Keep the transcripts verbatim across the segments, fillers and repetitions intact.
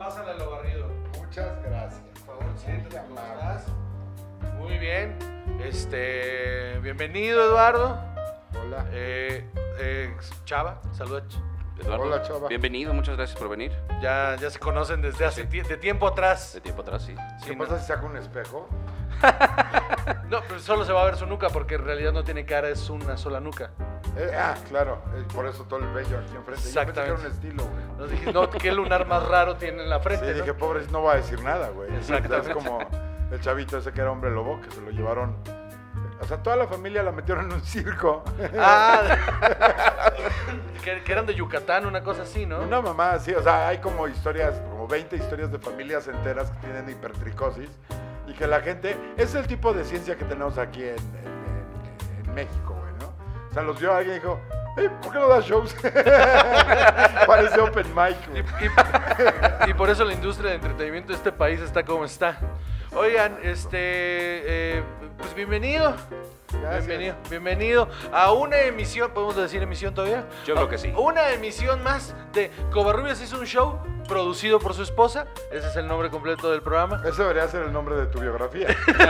Pásale lo barrido. Muchas gracias. Por favor, siéntate, ¿cómo estás? Muy bien. Este, bienvenido, Eduardo. Hola. Eh, eh, Chava, saluda. Eduardo, Hola, Chava. Bienvenido, muchas gracias por venir. Ya, ya se conocen desde hace Sí. tie- de tiempo atrás. De tiempo atrás, sí. Sí, ¿Qué ¿no? pasa si saco un espejo? No, pero solo se va a ver su nuca porque en realidad no tiene cara, es una sola nuca. Eh, ah, claro. eh, por eso todo el vello aquí enfrente. Yo pensé que era un estilo, güey. Nos dije, no, ¿qué lunar más raro tiene en la frente? Sí, ¿no? dije, pobre, no va a decir nada, güey. Exactamente. Es como el chavito ese que era hombre lobo, que se lo llevaron. O sea, toda la familia la metieron en un circo. Ah, que, que eran de Yucatán, una cosa así, ¿no? Una mamá, sí, o sea, hay como historias, como veinte historias de familias enteras que tienen hipertricosis y que la gente, es el tipo de ciencia que tenemos aquí en, en- en- en México, güey, ¿no? O sea, los vio alguien y dijo, hey, ¿por qué no das shows? Parece open mic, Y, güey. y- y por eso la industria de entretenimiento de este país está como está. Oigan, este, eh, pues bienvenido. Gracias. Bienvenido, bienvenido a una emisión, ¿podemos decir emisión todavía? Yo creo que sí. Una emisión más de Covarrubias hizo un show producido por su esposa. Ese es el nombre completo del programa. Ese debería ser el nombre de tu biografía.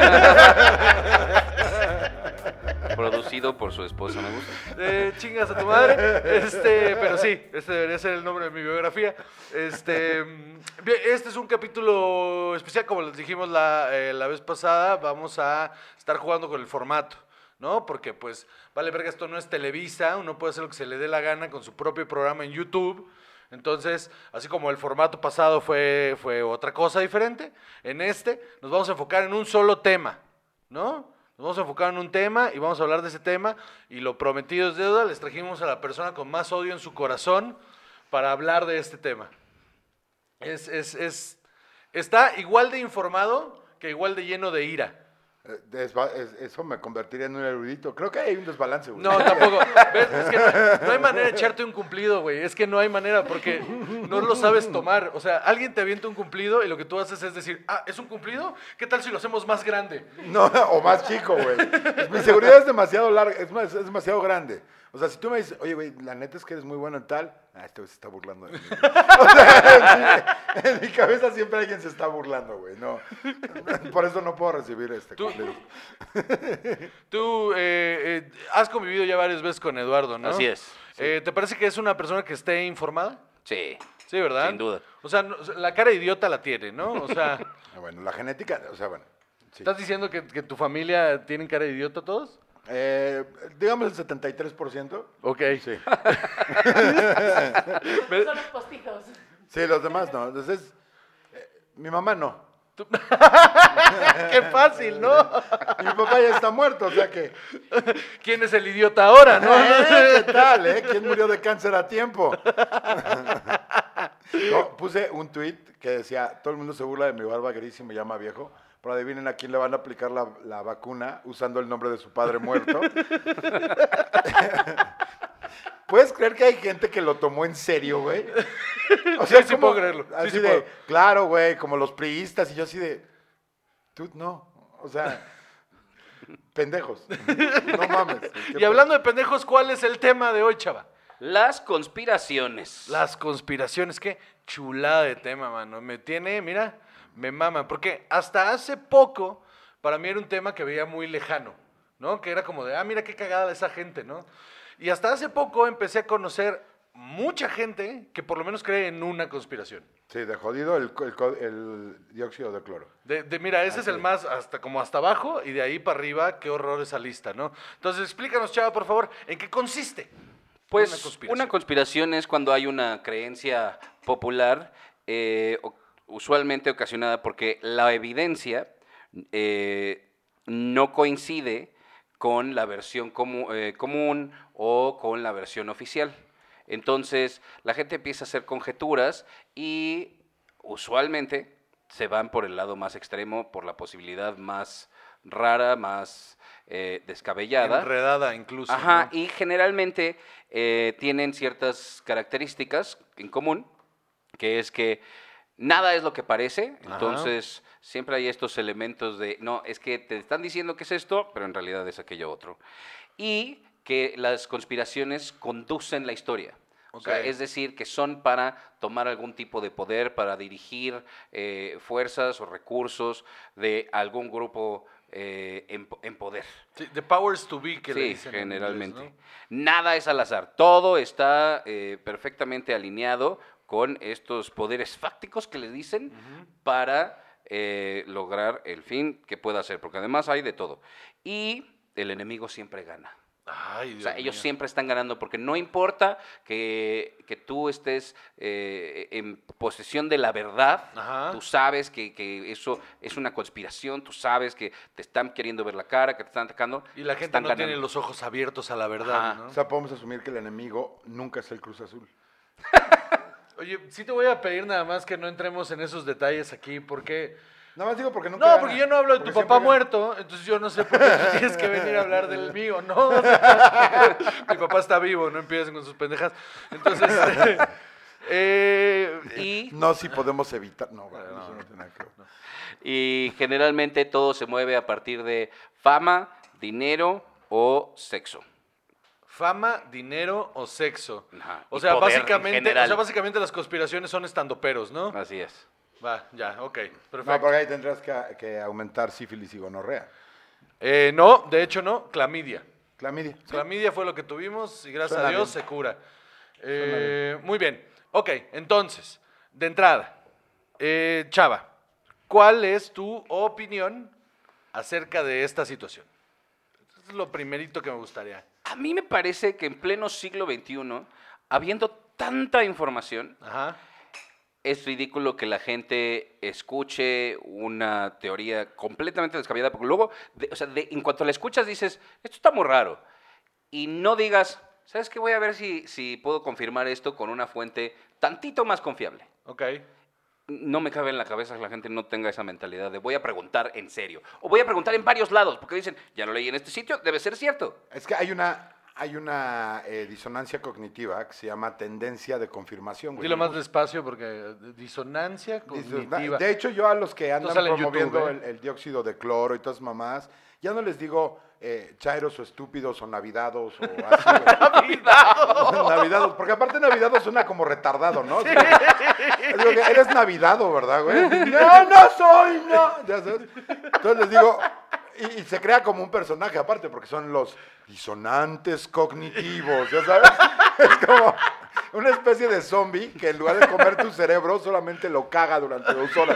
Producido por su esposa, me gusta. Eh, chingas a tu madre. Este, pero sí, este debería ser el nombre de mi biografía. Este, mm, bien, este es un capítulo especial, como les dijimos la, eh, la vez pasada. Vamos a estar jugando con el formato, ¿no? Porque, pues, vale verga, esto no es Televisa. Uno puede hacer lo que se le dé la gana con su propio programa en YouTube. Entonces, así como el formato pasado fue, fue otra cosa diferente, en este nos vamos a enfocar en un solo tema, ¿no? Nos vamos a enfocar en un tema y vamos a hablar de ese tema. Y lo prometido es deuda, les trajimos a la persona con más odio en su corazón para hablar de este tema. Es, es, es, está igual de informado que igual de lleno de ira. Eh, desba- es- Eso me convertiría en un erudito. Creo que hay un desbalance, güey. No, tampoco. ¿Ves? Es que no hay, no hay manera de echarte un cumplido, güey. Es que no hay manera porque no lo sabes tomar. O sea, alguien te avienta un cumplido y lo que tú haces es decir, ah, ¿es un cumplido? ¿Qué tal si lo hacemos más grande? No, o más chico, güey. Mi seguridad es demasiado larga, es, más, es demasiado grande. O sea, si tú me dices, oye, güey, la neta es que eres muy bueno en tal, ah, este güey se está burlando de mí. O sea, en mi, en mi cabeza siempre alguien se está burlando, güey. No, por eso no puedo recibir este Tú- cumplido. Tú eh, eh, has convivido ya varias veces con Eduardo, ¿no? Así es. Eh, ¿Te parece que es una persona que esté informada? Sí. Sí, ¿verdad? Sin duda. O sea, no- la cara de idiota la tiene, ¿no? O sea, Ah, Bueno, la genética, o sea, bueno. Sí. ¿estás diciendo que, que tu familia tienen cara de idiota todos? Eh, digamos el setenta y tres por ciento. Ok. Sí. ¿Ves? Son los postizos. Sí, los demás no. Entonces, eh, mi mamá no. Qué fácil, ¿no? Y mi papá ya está muerto, o sea que... ¿Quién es el idiota ahora, no? ¿Eh? ¿Qué tal, eh? ¿Quién murió de cáncer a tiempo? No, puse un tweet que decía, todo el mundo se burla de mi barba gris y me llama viejo, pero adivinen a quién le van a aplicar la, la vacuna usando el nombre de su padre muerto. ¿Puedes creer que hay gente que lo tomó en serio, güey? O Sí, sí puedo creerlo. Sí, Así sí de, puedo. claro, güey, como los priistas, y yo así de, tú no, o sea, pendejos, no mames. ¿qué Y hablando de pendejos, ¿cuál es el tema de hoy, chava? Las conspiraciones. Las conspiraciones, qué chulada de tema, mano. Me tiene, mira, me mama. Porque hasta hace poco, para mí era un tema que veía muy lejano, ¿no? Que era como de, ah, mira qué cagada esa gente, ¿no? Y hasta hace poco empecé a conocer mucha gente que por lo menos cree en una conspiración. Sí, de jodido el, el co- el dióxido de cloro. De, de, mira, ese es el Ok. más, hasta como hasta abajo, y de ahí para arriba, qué horror esa lista, ¿no? Entonces, explícanos, chava, por favor, ¿en qué consiste? Pues una una conspiración. conspiración. es cuando hay una creencia popular, eh, o- usualmente ocasionada porque la evidencia eh, no coincide con la versión comu- eh, común o con la versión oficial. Entonces, la gente empieza a hacer conjeturas y usualmente se van por el lado más extremo, por la posibilidad más rara, más eh, descabellada. Enredada incluso. Ajá, ¿no? y generalmente eh, tienen ciertas características en común, que es que nada es lo que parece, Ajá. entonces siempre hay estos elementos de, no, es que te están diciendo que es esto, pero en realidad es aquello otro. Y que las conspiraciones conducen la historia. O sea, Ok. es decir, que son para tomar algún tipo de poder, para dirigir eh, fuerzas o recursos de algún grupo eh, en, po- en poder. Sí, the powers to be que le Sí, dicen en generalmente. inglés, Nada es al azar. Todo está eh, perfectamente alineado con estos poderes fácticos que le dicen para eh, lograr el fin que pueda hacer. Porque además hay de todo. Y el enemigo siempre gana. ¿no? Ay, Dios O sea, ellos mío. siempre están ganando porque no importa que, que tú estés eh, en posesión de la verdad, Ajá. tú sabes que, que eso es una conspiración, tú sabes que te están queriendo ver la cara, que te están atacando. Y la gente están no ganando. tiene los ojos abiertos a la verdad, Ajá. ¿no? O sea, podemos asumir que el enemigo nunca es el Cruz Azul. Oye, sí te voy a pedir nada más que no entremos en esos detalles aquí, porque... Nada más digo porque nunca No, gana. porque yo no hablo de tu Porque papá siempre gana. muerto, entonces yo no sé por qué tú tienes que venir a hablar del mío, ¿no? O sea, mi papá está vivo, no empiecen con sus pendejas. Entonces, eh, Y, No, sí podemos evitar. No, vale, eso no tiene nada que ver. y generalmente todo se mueve a partir de fama, dinero o sexo. fama, dinero o sexo. Ajá, O y sea, poder en básicamente, general. o sea, básicamente las conspiraciones son estandoperos, ¿no? Así es. Va, ya, ok, No, perfecto. porque ahí tendrás que, que aumentar sífilis y gonorrea. Eh, no, de hecho no, clamidia. Clamidia. Clamidia fue lo que tuvimos y gracias Suena a Dios bien. se cura. Eh, muy bien. Ok, entonces, de entrada, eh, Chava, ¿cuál es tu opinión acerca de esta situación? Eso es lo primerito que me gustaría. A mí me parece que en pleno siglo veintiuno, habiendo tanta información, Ajá. es ridículo que la gente escuche una teoría completamente descabellada, porque luego, de- o sea, de- en cuanto la escuchas dices, esto está muy raro, y no digas, ¿sabes qué? Voy a ver si, si puedo confirmar esto con una fuente tantito más confiable. Ok. No me cabe en la cabeza que la gente no tenga esa mentalidad de voy a preguntar en serio, o voy a preguntar en varios lados, porque dicen, ya lo leí en este sitio, debe ser cierto. Es que hay una, hay una eh, disonancia cognitiva que se llama tendencia de confirmación. güey. Dilo más despacio porque disonancia Disona- cognitiva. De hecho, yo a los que andan sale en promoviendo YouTube, ¿eh? el, el dióxido de cloro y todas esas mamás, ya no les digo eh, chairos o estúpidos o navidados o así. güey. Navidados, porque aparte navidados suena como retardado, ¿no? O sea, digo que eres navidado, ¿verdad, güey? No, no soy, no. Ya sabes. Entonces les digo, y, y se crea como un personaje aparte, porque son los disonantes cognitivos, ¿ya sabes? Es como una especie de zombie que en lugar de comer tu cerebro solamente lo caga durante dos horas.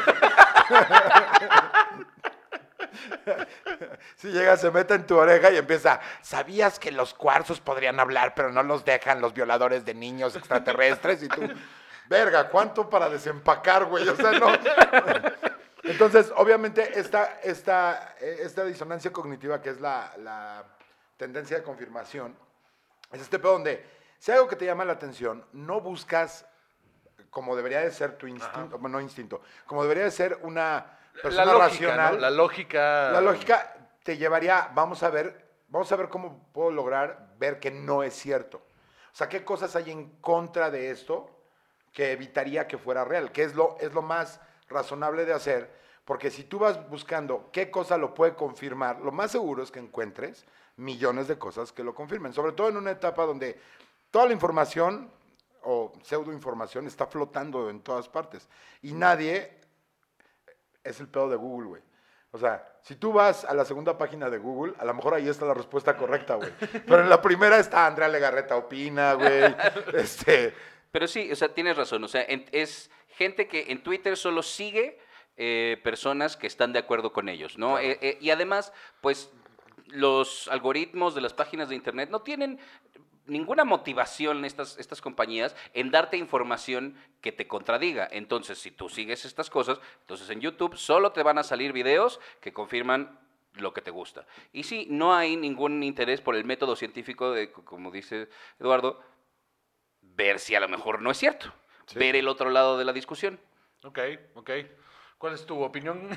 Si llega, se mete en tu oreja y empieza, ¿sabías que los cuarzos podrían hablar, pero no los dejan los violadores de niños extraterrestres? Y tú, verga, ¿cuánto para desempacar, güey? O sea, no. Entonces, obviamente, esta, esta, eh, esta disonancia cognitiva, que es la, la tendencia de confirmación, es este pedo donde, si hay algo que te llama la atención, no buscas como debería de ser tu instinto, bueno, no instinto, como debería de ser una persona la lógica, racional. ¿no? La lógica. La lógica te llevaría, vamos a ver, vamos a ver cómo puedo lograr ver que no es cierto. O sea, qué cosas hay en contra de esto que evitaría que fuera real, que es lo, es lo más razonable de hacer, porque si tú vas buscando qué cosa lo puede confirmar, lo más seguro es que encuentres millones de cosas que lo confirmen, sobre todo en una etapa donde toda la información o pseudoinformación está flotando en todas partes y nadie, es el pedo de Google, güey. O sea, si tú vas a la segunda página de Google, a lo mejor ahí está la respuesta correcta, güey. Pero en la primera está Andrea Legarreta opina, güey. Este, Pero sí, o sea, tienes razón. O sea, en- es gente que en Twitter solo sigue eh, personas que están de acuerdo con ellos, ¿no? Claro. Eh, eh, y además, pues, los algoritmos de las páginas de internet no tienen ninguna motivación estas, estas compañías en darte información que te contradiga. Entonces, si tú sigues estas cosas, entonces en YouTube solo te van a salir videos que confirman lo que te gusta. Y sí, no hay ningún interés por el método científico de, como dice Eduardo, ver si a lo mejor no es cierto, Sí. ver el otro lado de la discusión. Ok, ok. ¿Cuál es tu opinión?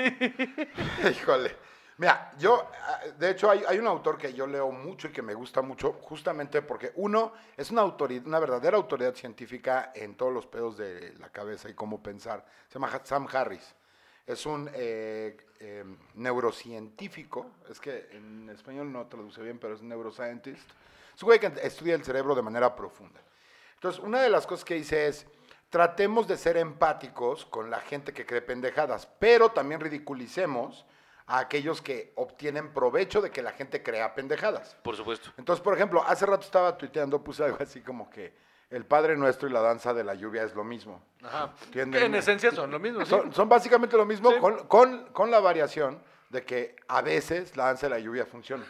híjole. Mira, yo, ah, de hecho, hay, hay un autor que yo leo mucho y que me gusta mucho, justamente porque uno es una autoridad, una verdadera autoridad científica en todos los pedos de la cabeza y cómo pensar. Se llama Ha- Sam Harris. Es un eh, eh, neurocientífico, es que en español no traduce bien, pero es neuroscientist. Es un güey que estudia el cerebro de manera profunda. Entonces, una de las cosas que hice es, tratemos de ser empáticos con la gente que cree pendejadas, pero también ridiculicemos a aquellos que obtienen provecho de que la gente crea pendejadas. Por supuesto. Entonces, por ejemplo, hace rato estaba tuiteando, puse algo así como que el Padre Nuestro y la danza de la lluvia es lo mismo. Ajá. ¿Entienden? Que en esencia son lo mismo, ¿sí? Son, son básicamente lo mismo, Sí. con, con, con la variación de que a veces la danza de la lluvia funciona.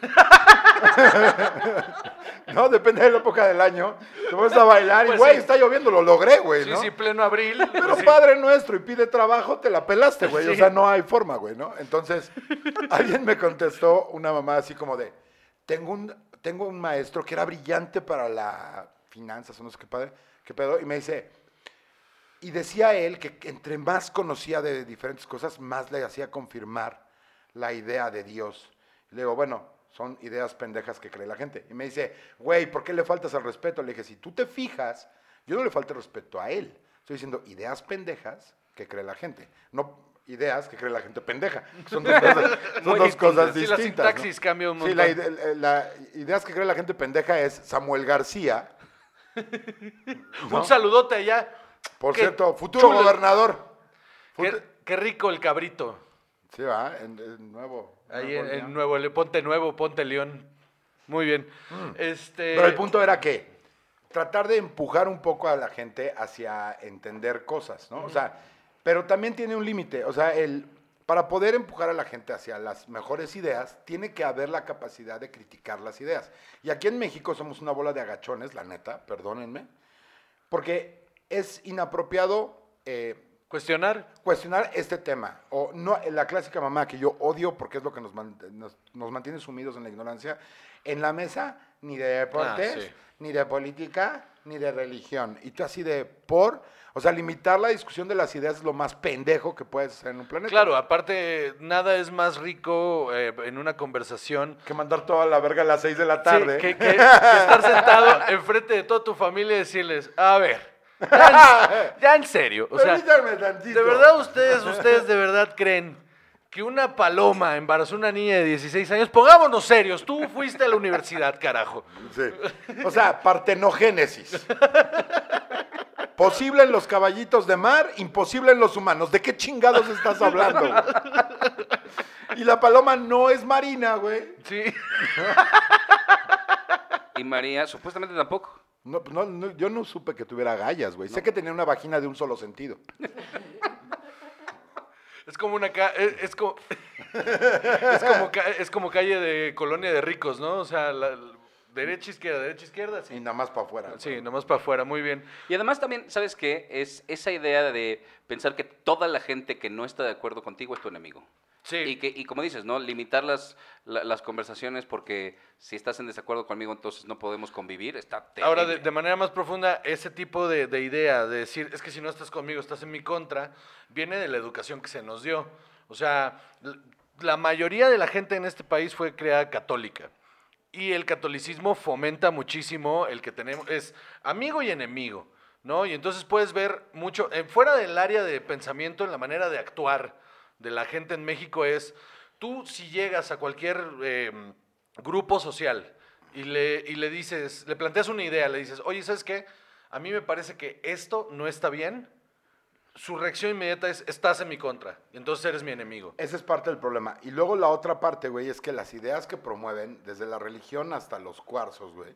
No, depende de la época del año. Te vas a bailar Pues y, güey, sí. está lloviendo, lo logré, güey, Sí, ¿no? sí, pleno abril. Pero pues sí. Padre Nuestro y pide trabajo, te la pelaste, güey. O Sí. sea, no hay forma, güey, ¿no? Entonces, alguien me contestó, una mamá así como de, tengo un, tengo un maestro que era brillante para la finanzas, o no sé qué padre, qué pedo, y me dice, y decía él que entre más conocía de diferentes cosas, más le hacía confirmar la idea de Dios. Y le digo, bueno, son ideas pendejas que cree la gente. Y me dice, güey, ¿por qué le faltas al respeto? Le dije, si tú te fijas, yo no le falto respeto a él. Estoy diciendo ideas pendejas que cree la gente. No ideas que cree la gente pendeja. Son dos cosas, son Muy dos cosas Sí, la distintas. sintaxis ¿no? cambia un montón. Sí, la, ide- la- la ideas que cree la gente pendeja es Samuel García. ¿no? Un saludote allá. Por Qué cierto, futuro chulo. gobernador. Qué, Fut- qué rico el cabrito. Sí, va, en, en nuevo. Ahí nuevo en, León. en Nuevo Le- Ponte Nuevo, Ponte León. Muy bien. Este, Pero el punto era que tratar de empujar un poco a la gente hacia entender cosas, ¿no? O sea, pero también tiene un límite. O sea, el, para poder empujar a la gente hacia las mejores ideas, tiene que haber la capacidad de criticar las ideas. Y aquí en México somos una bola de agachones, la neta, perdónenme, porque es inapropiado eh, Cuestionar. cuestionar este tema. O no, la clásica mamá que yo odio porque es lo que nos, man- nos, nos mantiene sumidos en la ignorancia. En la mesa, ni de deportes, Ah, sí. ni de política, ni de religión. Y tú así de por. O sea, limitar la discusión de las ideas es lo más pendejo que puedes hacer en un planeta. Claro, aparte, nada es más rico eh, en una conversación Que mandar toda la verga a las seis de la sí, tarde. que, que- que estar sentado enfrente de toda tu familia y decirles, a ver, ya, en- ya en serio, o sea, Permítanme tantito. ¿de verdad ustedes, ustedes de verdad creen que una paloma embarazó a una niña de dieciséis años? Pongámonos serios, tú fuiste a la universidad, carajo. Sí. O sea, partenogénesis. Posible en los caballitos de mar, imposible en los humanos. ¿De qué chingados estás hablando, güey? Y la paloma no es marina, güey. Sí. Y María, supuestamente tampoco. No, no, no, yo no supe que tuviera agallas, güey. Sé que tenía una vagina de un solo sentido. Es como una ca- es, es como es como ca- es como calle de colonia de ricos, ¿no? O sea, la, la- derecha izquierda, derecha izquierda, Y sí. nada más para afuera. Sí, nomás para afuera, muy bien. Y además también, ¿sabes qué? Es esa idea de pensar que toda la gente que no está de acuerdo contigo es tu enemigo. Sí. Y, que, y como dices, ¿no? Limitar las, la- las conversaciones porque si estás en desacuerdo conmigo, entonces no podemos convivir. Está terrible. Ahora, de, de manera más profunda, ese tipo de, de idea de decir, es que si no estás conmigo, estás en mi contra, viene de la educación que se nos dio. O sea, l- la mayoría de la gente en este país fue creada católica. Y el catolicismo fomenta muchísimo el que tenemos, es amigo y enemigo, ¿no? Y entonces puedes ver mucho, eh, fuera del área de pensamiento, en la manera de actuar de la gente en México es, tú si llegas a cualquier eh, grupo social y le, y le dices, le planteas una idea, le dices, oye, ¿sabes qué? A mí me parece que esto no está bien, su reacción inmediata es, estás en mi contra, y entonces eres mi enemigo. Ese es parte del problema. Y luego la otra parte, güey, es que las ideas que promueven, desde la religión hasta los cuarzos, güey,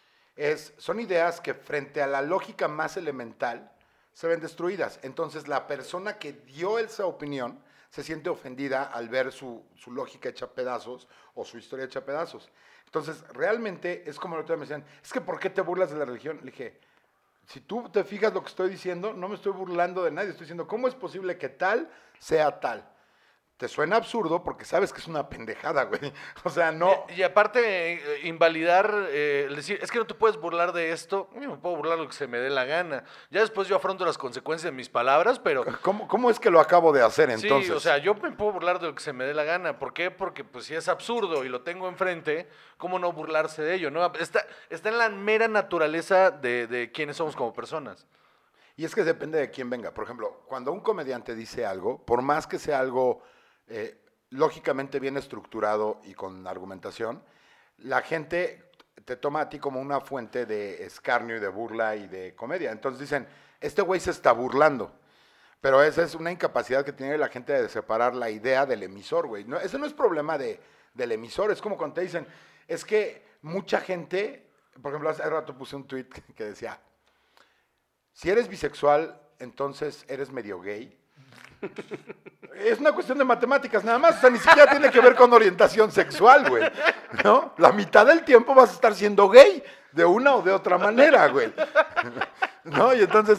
es, son ideas que frente a la lógica más elemental se ven destruidas. Entonces la persona que dio esa opinión se siente ofendida al ver su, su lógica hecha pedazos o su historia hecha pedazos. Entonces realmente es como el otro día me decían, es que ¿por qué te burlas de la religión? Le dije, si tú te fijas lo que estoy diciendo, no me estoy burlando de nadie, estoy diciendo, ¿cómo es posible que tal sea tal? Te suena absurdo porque sabes que es una pendejada, güey. O sea, no... Y, y aparte, eh, invalidar, eh, el decir, es que no te puedes burlar de esto, yo me puedo burlar lo que se me dé la gana. Ya después yo afronto las consecuencias de mis palabras, pero... ¿Cómo, cómo es que lo acabo de hacer entonces? Sí, o sea, yo me puedo burlar de lo que se me dé la gana. ¿Por qué? Porque pues si es absurdo y lo tengo enfrente, ¿cómo no burlarse de ello? ¿No? Está, está en la mera naturaleza de, de quiénes somos como personas. Y es que depende de quién venga. Por ejemplo, cuando un comediante dice algo, por más que sea algo eh, lógicamente bien estructurado y con argumentación, la gente te toma a ti como una fuente de escarnio y de burla y de comedia. Entonces dicen, este güey se está burlando. Pero esa es una incapacidad que tiene la gente de separar la idea del emisor, güey. No, ese no es problema de, del emisor, es como cuando te dicen, es que mucha gente, por ejemplo, hace rato puse un tweet que decía, si eres bisexual, entonces eres medio gay. Es una cuestión de matemáticas nada más, o sea, ni siquiera tiene que ver con orientación sexual, güey, ¿no? La mitad del tiempo vas a estar siendo gay, de una o de otra manera, güey, ¿no? Y entonces,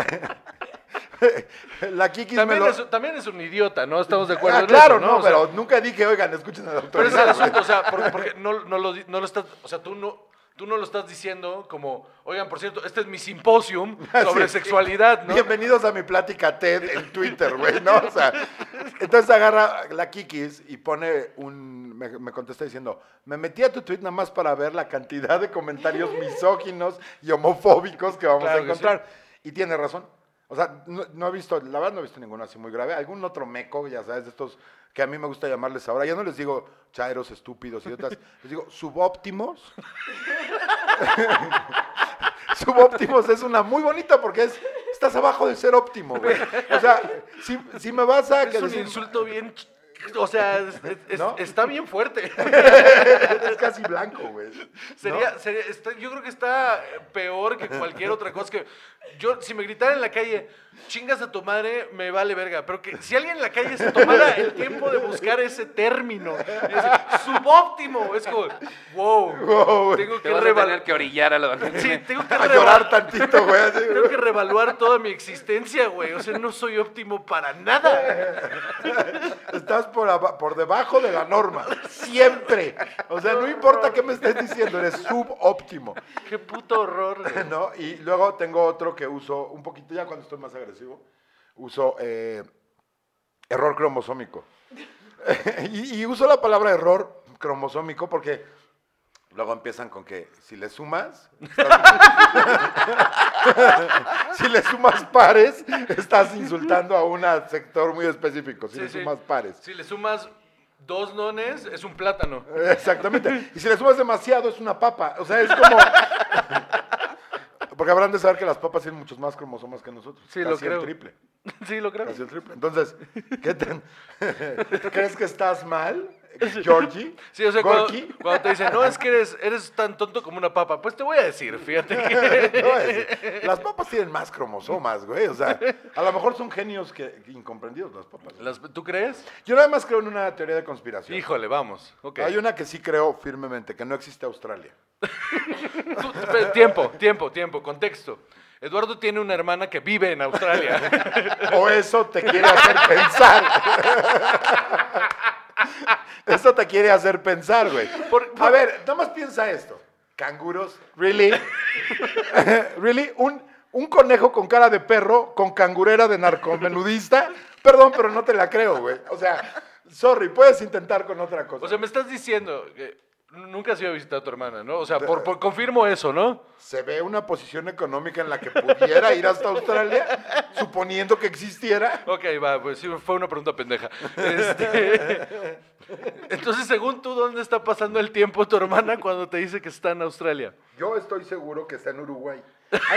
la Kiki También, me lo... es, también es un idiota, ¿no? Estamos de acuerdo Ah, en claro, eso, no, ¿no? O sea, pero nunca dije, oigan, escuchen a la pero ese es autoridad, el güey. asunto, o sea, porque, porque no, no, lo, di- no lo estás, o sea, tú no, tú no lo estás diciendo como, oigan, por cierto, este es mi simposium sobre Sí. sexualidad, ¿no? Bienvenidos a mi plática TED en Twitter, güey, ¿no? O sea, entonces agarra la Kikis y pone un, me, me contesta diciendo, me metí a tu tweet nada más para ver la cantidad de comentarios misóginos y homofóbicos que vamos Claro a que encontrar. Y tiene razón. O sea, no, no he visto, la verdad no he visto ninguno así muy grave. Algún otro meco, ya sabes, de estos que a mí me gusta llamarles ahora. Ya no les digo chairos, estúpidos, idiotas. Les digo subóptimos. Subóptimos es una muy bonita porque es, estás abajo de ser óptimo, güey. O sea, si, si me vas a... Es que un decir- insulto bien, ch- o sea, es- es- ¿No? está bien fuerte. es casi blanco, güey. ¿no? Sería, sería está- yo creo que está peor que cualquier otra cosa que yo, si me gritaran en la calle, chingas a tu madre, me vale verga, pero que si alguien en la calle se tomara el tiempo de buscar ese término, y decir, subóptimo, es como, wow, Wow, tengo Te que vas a revaluar, tener que orillar a la sí, tengo que A reva- llorar tantito, güey. así, tengo que revaluar toda mi existencia, güey, o sea, no soy óptimo para nada. Estás por, aba- por debajo de la norma. Siempre. O sea, no importa qué me estés diciendo, eres subóptimo. Qué puto horror, güey. ¿No? Y luego tengo otro que uso un poquito, ya cuando estoy más agresivo, uso eh, error cromosómico. y, y uso la palabra error cromosómico porque luego empiezan con que si le sumas, estás- si le sumas pares, estás insultando a un sector muy específico. Si Sí, le sí. sumas pares. Si le sumas dos nones, es un plátano. Exactamente. Y si le sumas demasiado, es una papa. O sea, es como... Porque habrán de saber que las papas tienen muchos más cromosomas que nosotros. Sí, casi lo creo. el triple. Sí, lo creo. Casi el triple. Entonces, ¿qué te... ¿crees que estás mal, Georgie? Sí, o sea, cuando, Gorky? cuando te dicen, no, es que eres, eres tan tonto como una papa, pues te voy a decir, fíjate que... Te voy a decir, las papas tienen más cromosomas, güey. O sea, a lo mejor son genios que, que incomprendidos las papas. Las- ¿Tú crees? Yo nada más creo en una teoría de conspiración. Híjole, vamos. Ok. Hay una que sí creo firmemente, que no existe Australia. Tú- espera, tiempo, tiempo, tiempo, contexto. Eduardo tiene una hermana que vive en Australia. O eso te quiere hacer pensar. Eso te quiere hacer pensar, güey. Por- A ver, nada más piensa esto. Canguros, ¿really? ¿Really? ¿Un, un conejo con cara de perro con cangurera de narcomenudista? Perdón, pero no te la creo, güey. O sea, sorry, puedes intentar con otra cosa. O sea, me estás diciendo que nunca has ido a visitar a tu hermana, ¿no? O sea, por, por- confirmo eso, ¿no? ¿Se ve una posición económica en la que pudiera ir hasta Australia, suponiendo que existiera? Ok, va, pues sí, fue una pregunta pendeja. Este, entonces, según tú, ¿dónde está pasando el tiempo tu hermana cuando te dice que está en Australia? Yo estoy seguro que está en Uruguay. Hay,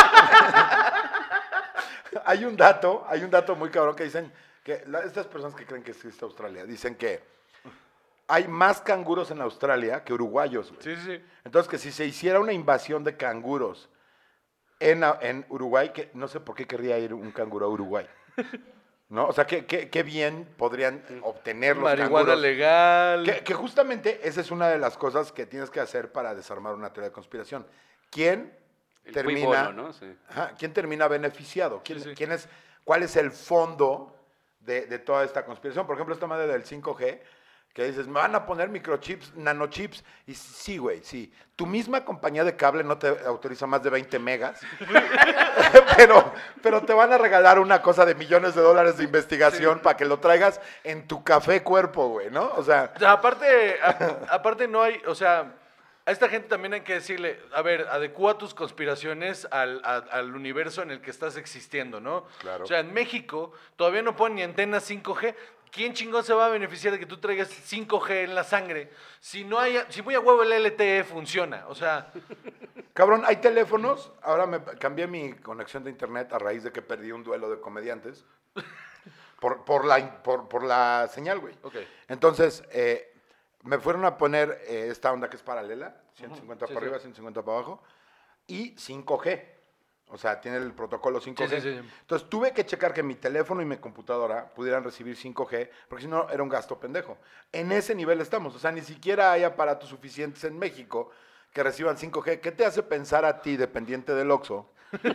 hay un dato, hay un dato muy cabrón que dicen que la- estas personas que creen que existe Australia dicen que hay más canguros en Australia que uruguayos, güey. Sí, sí. Entonces, que si se hiciera una invasión de canguros en, a- en Uruguay, que no sé por qué querría ir un canguro a Uruguay. ¿No? O sea, qué, qué, qué bien podrían obtener los Marihuana canguros. legal. Que, que justamente esa es una de las cosas que tienes que hacer para desarmar una teoría de conspiración. ¿Quién El termina, cui bono, ¿no? Sí. ajá, ¿quién termina beneficiado? ¿Quién, Sí, sí. quién es, ¿Cuál es el fondo de, de toda esta conspiración? Por ejemplo, esta madre del cinco G, que dices, me van a poner microchips, nanochips. Y sí, güey, sí. Tu misma compañía de cable no te autoriza más de veinte megas, pero, pero te van a regalar una cosa de millones de dólares de investigación para que lo traigas en tu café cuerpo, güey, ¿no? O sea... O sea, aparte, a- aparte no hay, o sea, a esta gente también hay que decirle, a ver, adecúa tus conspiraciones al, a- al universo en el que estás existiendo, ¿no? Claro. O sea, en México todavía no ponen ni antenas cinco G. ¿quién chingón se va a beneficiar de que tú traigas cinco G en la sangre? Si no hay, si muy a huevo el L T E funciona, o sea... Cabrón, hay teléfonos. Ahora me cambié mi conexión de internet a raíz de que perdí un duelo de comediantes. Por, por, la, por, por la señal, güey. Ok. Entonces, eh, me fueron a poner eh, esta onda que es paralela, ciento cincuenta Sí, para sí. arriba, ciento cincuenta para abajo, y cinco G. O sea, tiene el protocolo cinco G. Sí, sí, sí. Entonces, tuve que checar que mi teléfono y mi computadora pudieran recibir cinco G, porque si no, era un gasto pendejo. En ese nivel estamos. O sea, ni siquiera hay aparatos suficientes en México que reciban cinco G. ¿Qué te hace pensar a ti, dependiente del Oxxo,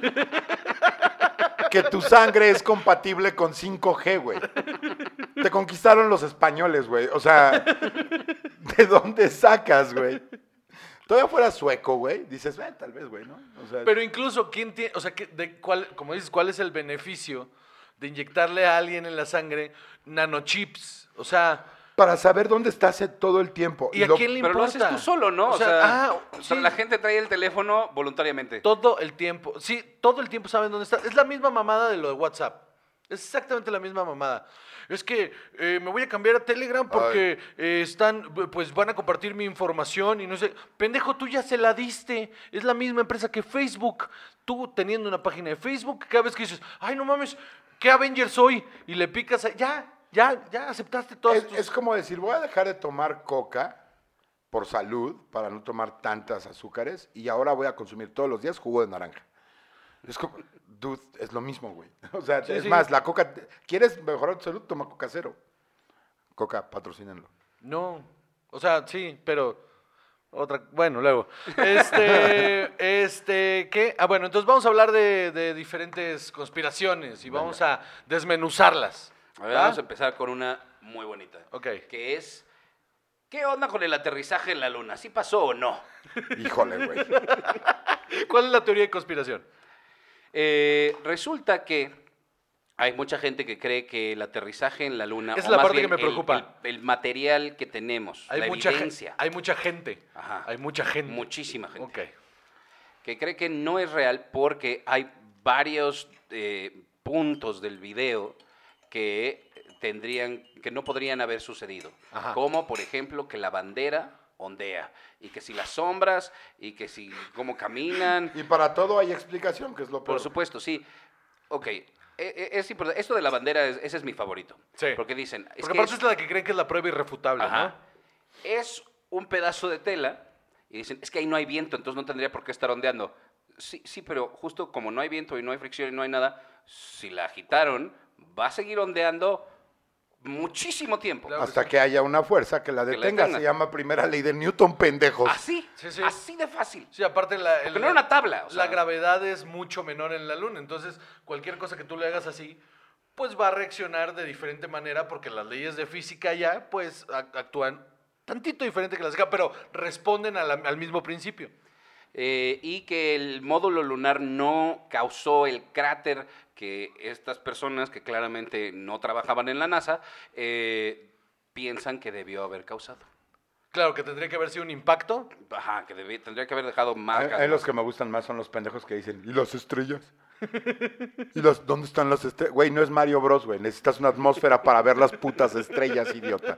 que tu sangre es compatible con cinco G, güey? Te conquistaron los españoles, güey. O sea, ¿de dónde sacas, güey? Todavía fuera sueco, güey, dices, eh, tal vez, güey, ¿no? O sea, Pero incluso, ¿quién tiene, o sea, ¿qué- de cuál, como dices, cuál es el beneficio de inyectarle a alguien en la sangre nanochips? O sea, para saber dónde estás todo el tiempo. ¿y a lo- quién le Pero lo importa? haces tú solo, ¿no? O O sea, sea, ah, pero sí. la gente trae el teléfono voluntariamente. Todo el tiempo. Sí, todo el tiempo saben dónde está. Es la misma mamada de lo de WhatsApp. Es exactamente la misma mamada. Es que eh, me voy a cambiar a Telegram porque eh, están, pues van a compartir mi información y no sé. Pendejo, tú ya se la diste. Es la misma empresa que Facebook. Tú teniendo una página de Facebook, cada vez que dices, ay, no mames, ¿qué Avenger soy? Y le picas, a- ya, ya, ya aceptaste todas es, tus... es como decir, voy a dejar de tomar coca por salud, para no tomar tantas azúcares, y ahora voy a consumir todos los días jugo de naranja. Es como, dude, es lo mismo, güey. O sea, Sí, es sí. más, la coca, ¿quieres mejorar tu salud? Toma coca cero. Coca, patrocínenlo. No, o sea, sí, pero otra, bueno, luego. Este, este, ¿qué? Ah, bueno, entonces vamos a hablar de, de diferentes conspiraciones y vamos a desmenuzarlas. A ver, ¿va? vamos a empezar con una muy bonita. Ok. Que es, ¿qué onda con el aterrizaje en la luna? ¿Sí pasó o no? Híjole, güey. ¿Cuál es la teoría de conspiración? Eh, resulta que hay mucha gente que cree que el aterrizaje en la luna... Esa o es la más parte que bien me el- preocupa. El, el material que tenemos, Hay la mucha gente. evidencia. Hay mucha gente. Ajá. Hay mucha gente. Muchísima gente. Ok. Que cree que no es real porque hay varios eh, puntos del video que tendrían, que no podrían haber sucedido. Ajá. Como, por ejemplo, que la bandera ondea, y que si las sombras, y que si cómo caminan. Y para todo hay explicación, que es lo peor. Por supuesto, sí. Ok, e- e- es importante. Esto de la bandera, es- ese es mi favorito. Sí. Porque dicen... es Porque que aparte es- es la que creen que es la prueba irrefutable, Ajá. ¿no? Es un pedazo de tela y dicen, es que ahí no hay viento, entonces no tendría por qué estar ondeando. Sí, sí, pero justo como no hay viento y no hay fricción y no hay nada, si la agitaron, va a seguir ondeando muchísimo tiempo. Claro. Hasta que haya una fuerza que la Que la detenga. detenga. Se llama primera ley de Newton, pendejos. Así, Sí, sí. así de fácil. Sí, aparte la, el- Porque no era una tabla. o sea, la gravedad es mucho menor en la luna, entonces cualquier cosa que tú le hagas así, pues va a reaccionar de diferente manera porque las leyes de física ya, pues, a- actúan tantito diferente que las de acá, pero responden a la- al mismo principio. eh, y que el módulo lunar no causó el cráter que estas personas, que claramente no trabajaban en la NASA, eh, piensan que debió haber causado. Claro que tendría que haber sido un impacto. Ajá, que debí- tendría que haber dejado A, marcas. a los ¿no? que me gustan más son los pendejos que dicen, ¿y las estrellas? ¿Y las, dónde están las estrellas? Güey, no es Mario Bros, güey. Necesitas una atmósfera para ver las putas estrellas, idiota.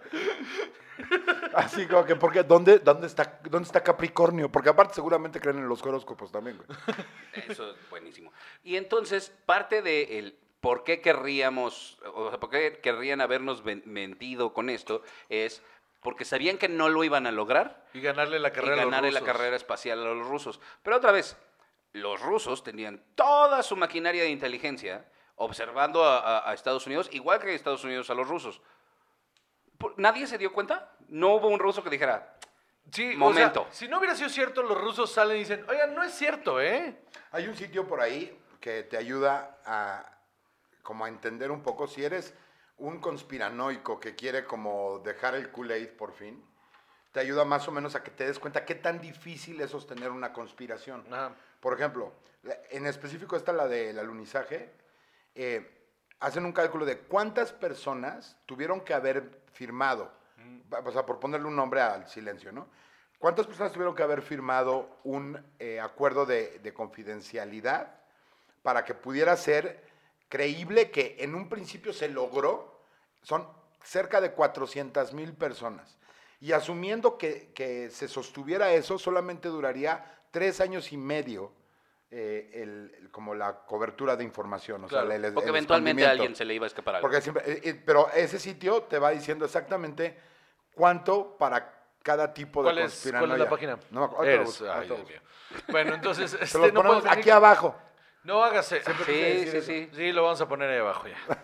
Así como que, porque, ¿dónde, dónde, está, ¿dónde está Capricornio? Porque aparte seguramente creen en los horóscopos también, güey. Eso es buenísimo. Y entonces, parte de el por qué querríamos, o sea, por qué querrían habernos ven- mentido con esto, es porque sabían que no lo iban a lograr Y ganarle la y carrera a los ganarle la rusos. carrera espacial a los rusos. Pero otra vez, los rusos tenían toda su maquinaria de inteligencia observando a, a- a Estados Unidos, igual que Estados Unidos a los rusos. Por- ¿Nadie se dio cuenta? No hubo un ruso que dijera, Sí, Momento. o sea, si no hubiera sido cierto, los rusos salen y dicen, oigan, no es cierto, ¿eh? Hay un sitio por ahí que te ayuda a como a entender un poco si eres un conspiranoico que quiere como dejar el Kool-Aid por fin, te ayuda más o menos a que te des cuenta qué tan difícil es sostener una conspiración. Ajá. Por ejemplo, la- en específico esta, la del alunizaje, eh, hacen un cálculo de cuántas personas tuvieron que haber firmado, va- o sea, por ponerle un nombre al silencio, ¿no? ¿Cuántas personas tuvieron que haber firmado un eh, acuerdo de, de confidencialidad para que pudiera ser creíble que en un principio se logró? Son cerca de cuatrocientas mil personas. Y asumiendo que, que se sostuviera eso, solamente duraría tres años y medio eh, el, el- como la cobertura de información. O Claro, sea, el- el- Porque el eventualmente a descubrimiento. alguien se le iba a escapar algo. Porque siempre, eh, eh, pero ese sitio te va diciendo exactamente cuánto para cada tipo de ¿Cuál es, conspiranoia. ¿Cuál es la página? No, me acuerdo, ahorita lo Eres- busco, ay, ahorita lo Dios busco. mío. Bueno, entonces, Se este, los no ponemos puedes venir- aquí abajo. No hágase. Sí, sí, sí. Sí, lo vamos a poner ahí abajo ya.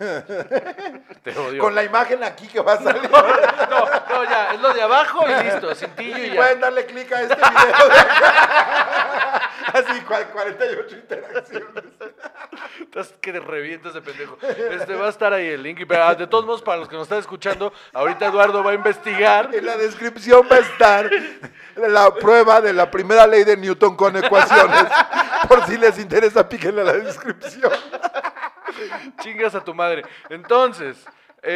Te odio. Con la imagen aquí que va a salir. No, no, ya, es lo de abajo y listo, cintillo y Y ya. pueden darle clic a este video. de acá. Así, cua- cuarenta y ocho interacciones. Estás que te revientas de pendejo. Este va a estar ahí el link. Y, pero, ah, de todos modos, para los que nos están escuchando, ahorita Eduardo va a investigar. En la descripción va a estar la prueba de la primera ley de Newton con ecuaciones. Por si les interesa, píquenle a la descripción. Chingas a tu madre. Entonces,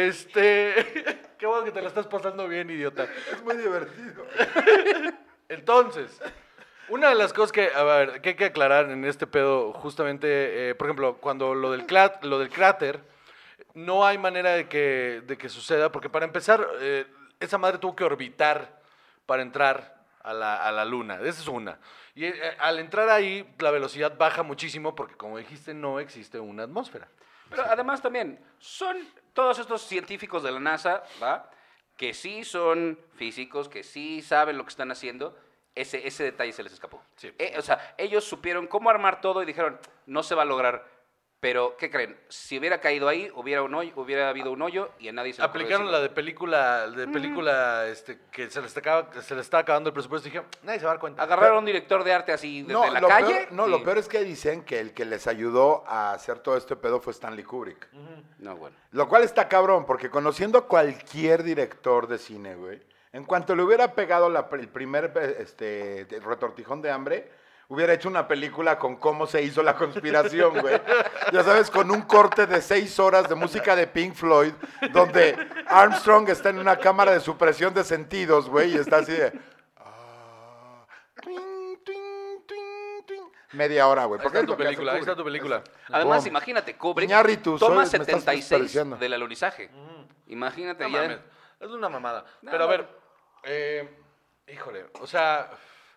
este. Qué bueno que te la estás pasando bien, idiota. Es muy divertido. Entonces, una de las cosas que, a ver, que hay que aclarar en este pedo, justamente, eh, por ejemplo, cuando lo del, clát- lo del cráter, no hay manera de que, de que suceda, porque para empezar, eh, esa madre tuvo que orbitar para entrar a la, a la luna. Esa es una. Y eh, al entrar ahí, la velocidad baja muchísimo, porque como dijiste, no existe una atmósfera. Pero además también, son todos estos científicos de la NASA, ¿va? Que sí son físicos, que sí saben lo que están haciendo, ese, ese detalle se les escapó. Sí. Eh, o sea, ellos supieron cómo armar todo y dijeron, no se va a lograr. Pero, ¿qué creen? Si hubiera caído ahí, hubiera, un hoyo, hubiera habido un hoyo y a nadie se le ocurrió Aplicaron la decirlo. de película, de película este, que se les, está, acaba- que se les está acabando el presupuesto y dije, nadie se va a dar cuenta. Agarraron a un director de arte así desde No, la lo calle. peor, no y- lo peor es que dicen que el que les ayudó a hacer todo este pedo fue Stanley Kubrick. No, bueno. Lo cual está cabrón, porque conociendo a cualquier director de cine, güey, en cuanto le hubiera pegado la- el primer este, de- retortijón de hambre, hubiera hecho una película con cómo se hizo la conspiración, güey. Ya sabes, con un corte de seis horas de música de Pink Floyd, donde Armstrong está en una cámara de supresión de sentidos, güey, y está así de... ah, twin, twin, twin, twin. Media hora, güey. Ahí porque está es tu lo que hace película, ahí está tu Kubrick. película. Además, Boom. imagínate, Kubrick Iñárritu, toma soy- me estás setenta y seis despreciando. del alunizaje. Imagínate No ya. mames, es una mamada. No, Pero a no. ver, eh, híjole, o sea,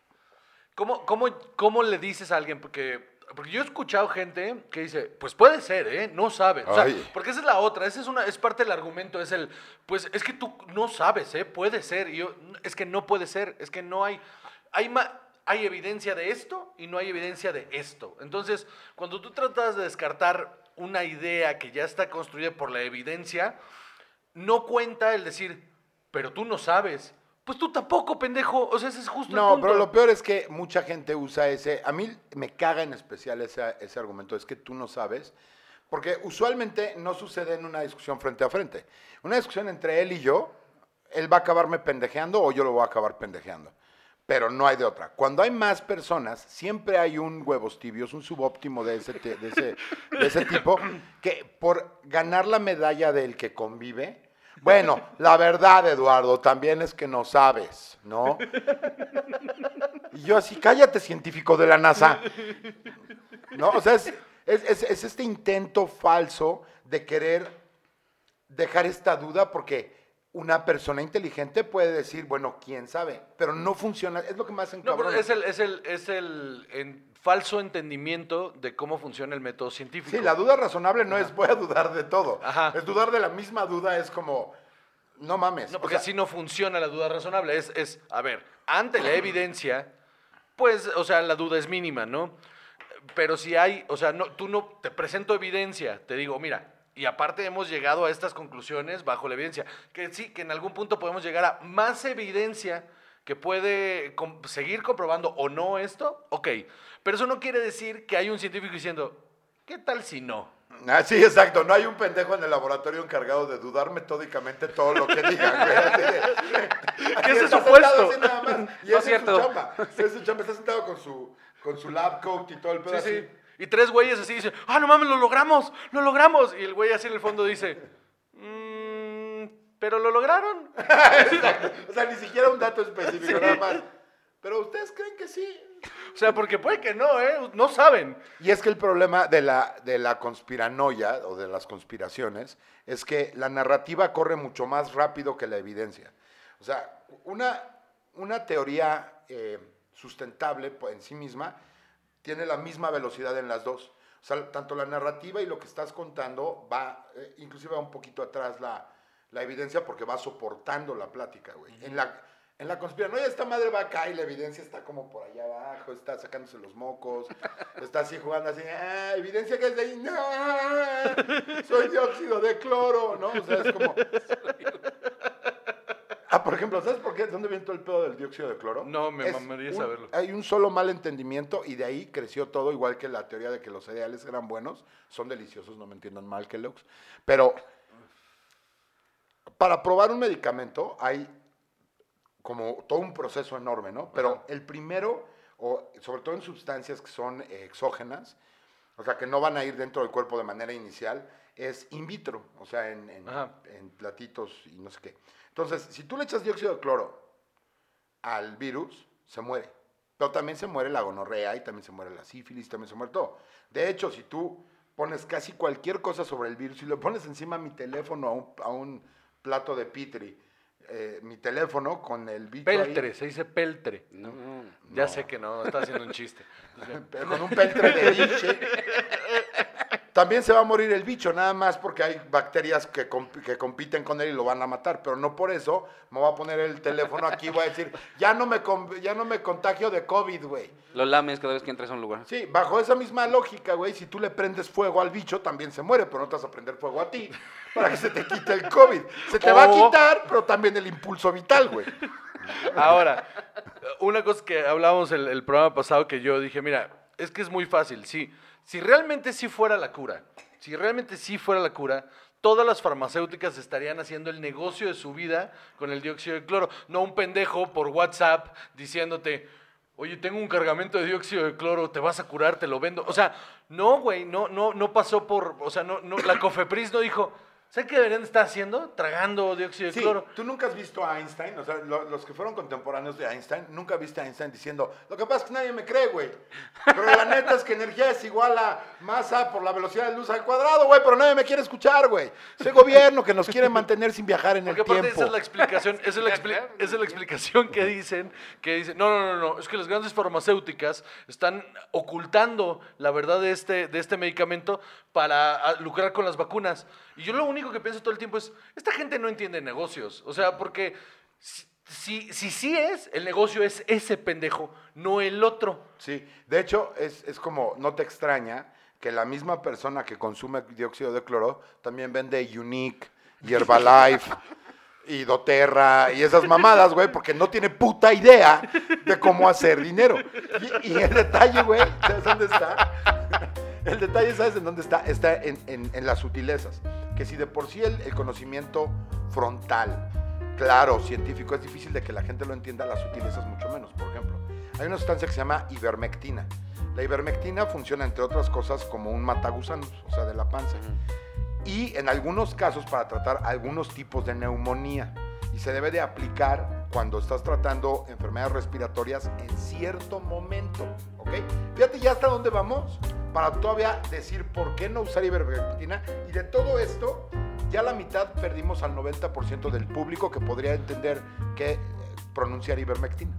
¿cómo, cómo, ¿cómo le dices a alguien? Porque, porque yo he escuchado gente que dice, pues puede ser, ¿eh? No sabe. O sea, Ay. porque esa es la otra, esa es, una, es parte del argumento, es el, pues es que tú no sabes, ¿eh? Puede ser. Y yo, es que no puede ser, es que no hay, hay ma- hay evidencia de esto y no hay evidencia de esto. Entonces, cuando tú tratas de descartar una idea que ya está construida por la evidencia, no cuenta el decir, pero tú no sabes. Pues tú tampoco, pendejo. O sea, ese es justo el No, punto. pero lo peor es que mucha gente usa ese. A mí me caga en especial ese, ese argumento, es que tú no sabes. Porque usualmente no sucede en una discusión frente a frente. Una discusión entre él y yo, él va a acabarme pendejeando o yo lo voy a acabar pendejeando. Pero no hay de otra. Cuando hay más personas, siempre hay un huevos tibios, un subóptimo de ese, te- de ese, de ese tipo, que por ganar la medalla del que convive. Bueno, la verdad, Eduardo, también es que no sabes, ¿no? Y yo así, cállate, científico de la NASA. ¿No? O sea, es, es- es- es este intento falso de querer dejar esta duda porque una persona inteligente puede decir, bueno, quién sabe, pero no funciona, es lo que más No, encabrona. pero es el, es el, es el en- falso entendimiento de cómo funciona el método científico. Sí, la duda razonable no es voy a dudar de todo. Ajá. Es dudar de la misma duda, es como, no mames. No, o porque sea, así no funciona la duda razonable. Es, es, a ver, ante la evidencia, pues, o sea, la duda es mínima, ¿no? Pero si hay, o sea, no, tú no, te presento evidencia, te digo, mira, y aparte hemos llegado a estas conclusiones bajo la evidencia, que sí, que en algún punto podemos llegar a más evidencia que puede com- seguir comprobando o no esto, ok. Pero eso no quiere decir que hay un científico diciendo, ¿qué tal si no? Ah, sí, exacto. No hay un pendejo en el laboratorio encargado de dudar metódicamente todo lo que digan, güey. Así de- así ¿Qué es está eso puesto? sentado así nada más. Y No esa es cierto. Es su chamba. Esa es su chamba. Está sentado con su, con su lab coat y todo el pedo Sí, así. sí. Y tres güeyes así dicen, ah, no mames, lo logramos, lo logramos. Y el güey así en el fondo dice, "Mm, pero lo lograron. Exacto. O sea, ni siquiera un dato específico, nada más. Pero ustedes creen que sí. O sea, porque puede que no, ¿eh? No saben. Y es que el problema de la, de la conspiranoia o de las conspiraciones es que la narrativa corre mucho más rápido que la evidencia. O sea, una, una teoría eh, sustentable en sí misma tiene la misma velocidad en las dos. O sea, tanto la narrativa y lo que estás contando va, eh, inclusive va un poquito atrás la, la evidencia porque va soportando la plática, güey. Uh-huh. En la, en la conspiranoia esta madre va acá y la evidencia está como por allá abajo, está sacándose los mocos, está así jugando así, ah, evidencia que es de ahí, no, soy dióxido de cloro, ¿no? O sea, es como... Ah, por ejemplo, ¿sabes por qué? ¿Dónde viene todo el pedo del dióxido de cloro? No, me Es mamaría un- saberlo. Hay un solo mal entendimiento y de ahí creció todo, igual que la teoría de que los cereales eran buenos. Son deliciosos, no me entiendan mal, Kellogg's. Pero para probar un medicamento hay como todo un proceso enorme, ¿no? Pero Ajá. el primero, o sobre todo en sustancias que son eh, exógenas, o sea, que no van a ir dentro del cuerpo de manera inicial, es in vitro, o sea, en, en, Ajá. en platitos y no sé qué. Entonces, si tú le echas dióxido de cloro al virus, se muere. Pero también se muere la gonorrea y también se muere la sífilis, también se muere todo. De hecho, si tú pones casi cualquier cosa sobre el virus y le pones encima mi teléfono a un, a un plato de Pitri, eh, mi teléfono con el bicho ahí, Peltre, se dice peltre. No. Ya No. sé que no, está haciendo un chiste. pero con un peltre de biche, también se va a morir el bicho, nada más porque hay bacterias que, comp- que compiten con él y lo van a matar, pero no por eso me voy a poner el teléfono aquí y voy a decir, ya no me, con- ya no me contagio de COVID, güey. Lo lames cada vez que entres a un lugar. Sí, bajo esa misma lógica, güey, si tú le prendes fuego al bicho, también se muere, pero no te vas a prender fuego a ti para que se te quite el COVID. Se te va a O- quitar, pero también el impulso vital, güey. Ahora, una cosa que hablábamos el, el programa pasado que yo dije, mira, es que es muy fácil, sí. Si realmente sí fuera la cura, si realmente sí fuera la cura, todas las farmacéuticas estarían haciendo el negocio de su vida con el dióxido de cloro. No un pendejo por WhatsApp diciéndote, oye, tengo un cargamento de dióxido de cloro, te vas a curar, te lo vendo. O sea, no, güey, no, no, no pasó por, o sea, no, no, la Cofepris no dijo, ¿sabes qué deberían estar haciendo? Tragando dióxido de Sí, cloro. tú nunca has visto a Einstein, o sea, lo- los que fueron contemporáneos de Einstein, nunca viste a Einstein diciendo, lo que pasa es que nadie me cree, güey. Pero la neta es que energía es igual a masa por la velocidad de luz al cuadrado, güey, pero nadie me quiere escuchar, güey. Ese gobierno que nos quiere mantener sin viajar en Porque el aparte tiempo. esa es la explicación, esa es la, expli- esa es la explicación que dicen, que dicen, no, no, no, no, es que las grandes farmacéuticas están ocultando la verdad de este, de este medicamento para ah, lucrar con las vacunas. Y yo lo único que pienso todo el tiempo es, esta gente no entiende negocios, o sea, porque si si, si sí es, el negocio es ese pendejo, no el otro. Sí, de hecho, es, es como, no te extraña que la misma persona que consume dióxido de cloro también vende Unique y Herbalife y doTERRA y esas mamadas, güey, porque no tiene puta idea de cómo hacer dinero. Y, y el detalle, güey, ¿sabes dónde está? El detalle, ¿sabes en dónde está? Está en, en, en las sutilezas. Que si de por sí el, el conocimiento frontal, claro, científico, es difícil de que la gente lo entienda, las sutilezas mucho menos. Por ejemplo, hay una sustancia que se llama ivermectina. La ivermectina funciona, entre otras cosas, como un matagusanos, o sea, de la panza. Y en algunos casos para tratar algunos tipos de neumonía. Y se debe de aplicar cuando estás tratando enfermedades respiratorias en cierto momento, ¿ok? Fíjate ya hasta dónde vamos para todavía decir por qué no usar ivermectina. Y de todo esto, ya la mitad perdimos al noventa por ciento del público que podría entender que eh, pronunciar ivermectina.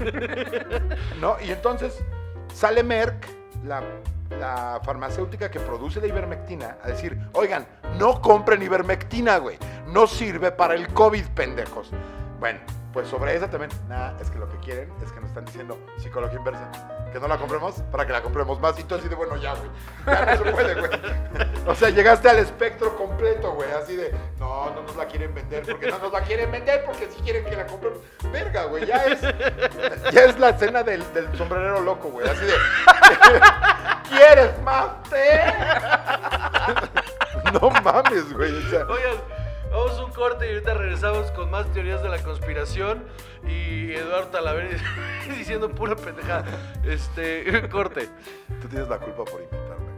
¿No? Y entonces sale Merck, la, la farmacéutica que produce la ivermectina, a decir, oigan, no compren ivermectina, güey. No sirve para el COVID, pendejos. Bueno, pues sobre esa también, nada, es que lo que quieren es que nos están diciendo psicología inversa. Que no la compremos para que la compremos más. Y tú así de, bueno, ya, güey. Ya no se puede, güey. O sea, llegaste al espectro completo, güey. Así de, no, no nos la quieren vender porque no nos la quieren vender porque sí quieren que la compremos. Verga, güey, ya es, ya es la escena del, del sombrerero loco, güey. Así de, ¿quieres más té? No mames, güey. O sea, Oigan, vamos a un corte y ahorita regresamos con más teorías de la conspiración y Eduardo Talavera diciendo pura pendejada. Este, corte. tú tienes la culpa por invitarme.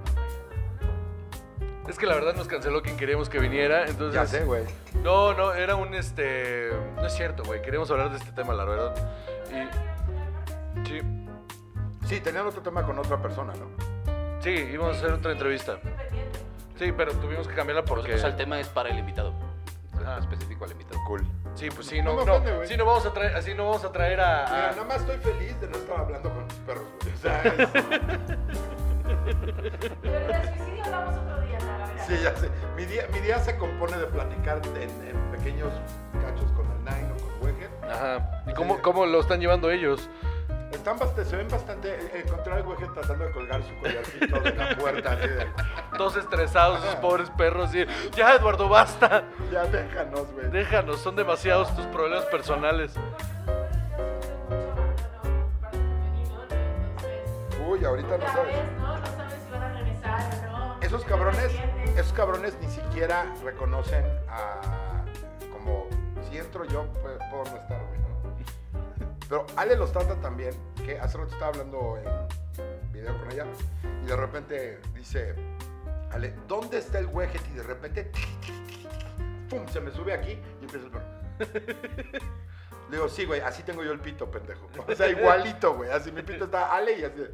Es que la verdad nos canceló quien queríamos que viniera, entonces... Ya sé, güey. No, no, era un este... No es cierto, güey, queríamos hablar de este tema, la verdad. Y... Sí. Sí, tenían otro tema con otra persona, ¿no? Sí, íbamos a hacer otra entrevista. Sí, pero tuvimos que cambiarla porque... O sea, el tema es para el invitado. Ajá. Específico al invitado. Cool. Sí, pues sí, No no, me no, ofende, güey. sí, no vamos a traer, así no vamos a traer a... a- Mira, nada más estoy feliz de no estar hablando con mis perros, güey. O sea, es- Pero del suicidio hablamos otro día, Sara, verás. sí, ya sé. Mi día, mi día se compone de platicar en, en pequeños cachos con el Nine o con Weger. Ajá. ¿Y cómo, cómo lo están llevando ellos? Están bastante, se ven bastante. eh, Encontré al Weger tratando de colgar su collarcito de la puerta. Así de, Todos estresados, esos pobres perros. Y, ya, Eduardo, basta. ya déjanos, güey. Déjanos, son demasiados tus problemas personales. Uy, ahorita no Ya sabes. ves, ¿no? No sabes si van a regresar o no. Esos No cabrones, entienden. esos cabrones ni siquiera reconocen a como si entro yo pues, puedo no estar, güey, ¿no? Pero Ale los trata también, que hace rato estaba hablando en video con ella y de repente dice, Ale, ¿dónde está el Weget? Y de repente, pum, se me sube aquí y empieza el perro. Le digo, sí, güey, así tengo yo el pito, pendejo. O sea, igualito, güey, así mi pito está Ale y así.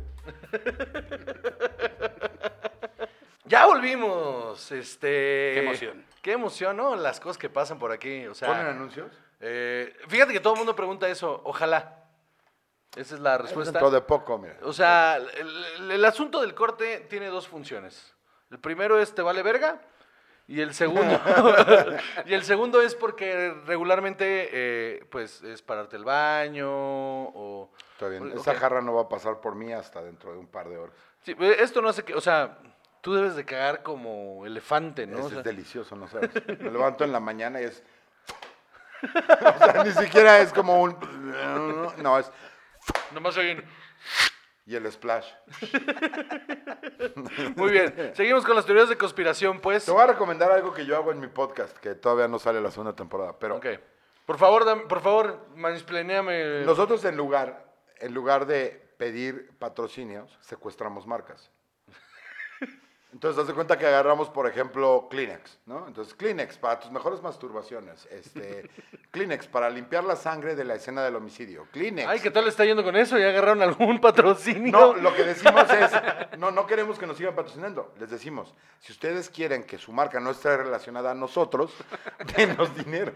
Ya volvimos, este... Qué emoción. Qué emoción, ¿no? Las cosas que pasan por aquí, o sea... ¿Ponen anuncios? eh, fíjate que todo el mundo pregunta eso, ojalá. Esa es la respuesta. Dentro de poco, mira. O sea, el, el- el asunto del corte tiene dos funciones. El primero es te vale verga y el segundo y el segundo es porque regularmente eh, pues es pararte el baño o Está bien, o- esa ok. jarra no va a pasar por mí hasta dentro de un par de horas. Sí, eh, esto no hace que, o sea, tú debes de cagar como elefante, ¿no? Ese O sea, es delicioso, ¿no sabes? Me levanto en la mañana y es... O sea, ni siquiera es como un... No, es... nomás oyen. Y el splash. Muy bien. Seguimos con las teorías de conspiración, pues. Te voy a recomendar algo que yo hago en mi podcast, que todavía no sale la segunda temporada, pero... Ok. Por favor, dame- por favor, mansplaneame. Nosotros en lugar, en lugar de pedir patrocinios, secuestramos marcas. Entonces, haz de cuenta que agarramos, por ejemplo, Kleenex, ¿no? Entonces, Kleenex para tus mejores masturbaciones. Este, Kleenex para limpiar la sangre de la escena del homicidio. Kleenex. Ay, ¿qué tal le está yendo con eso? ¿Ya agarraron algún patrocinio? No, lo que decimos es, no, no queremos que nos sigan patrocinando. Les decimos, si ustedes quieren que su marca no esté relacionada a nosotros, denos dinero.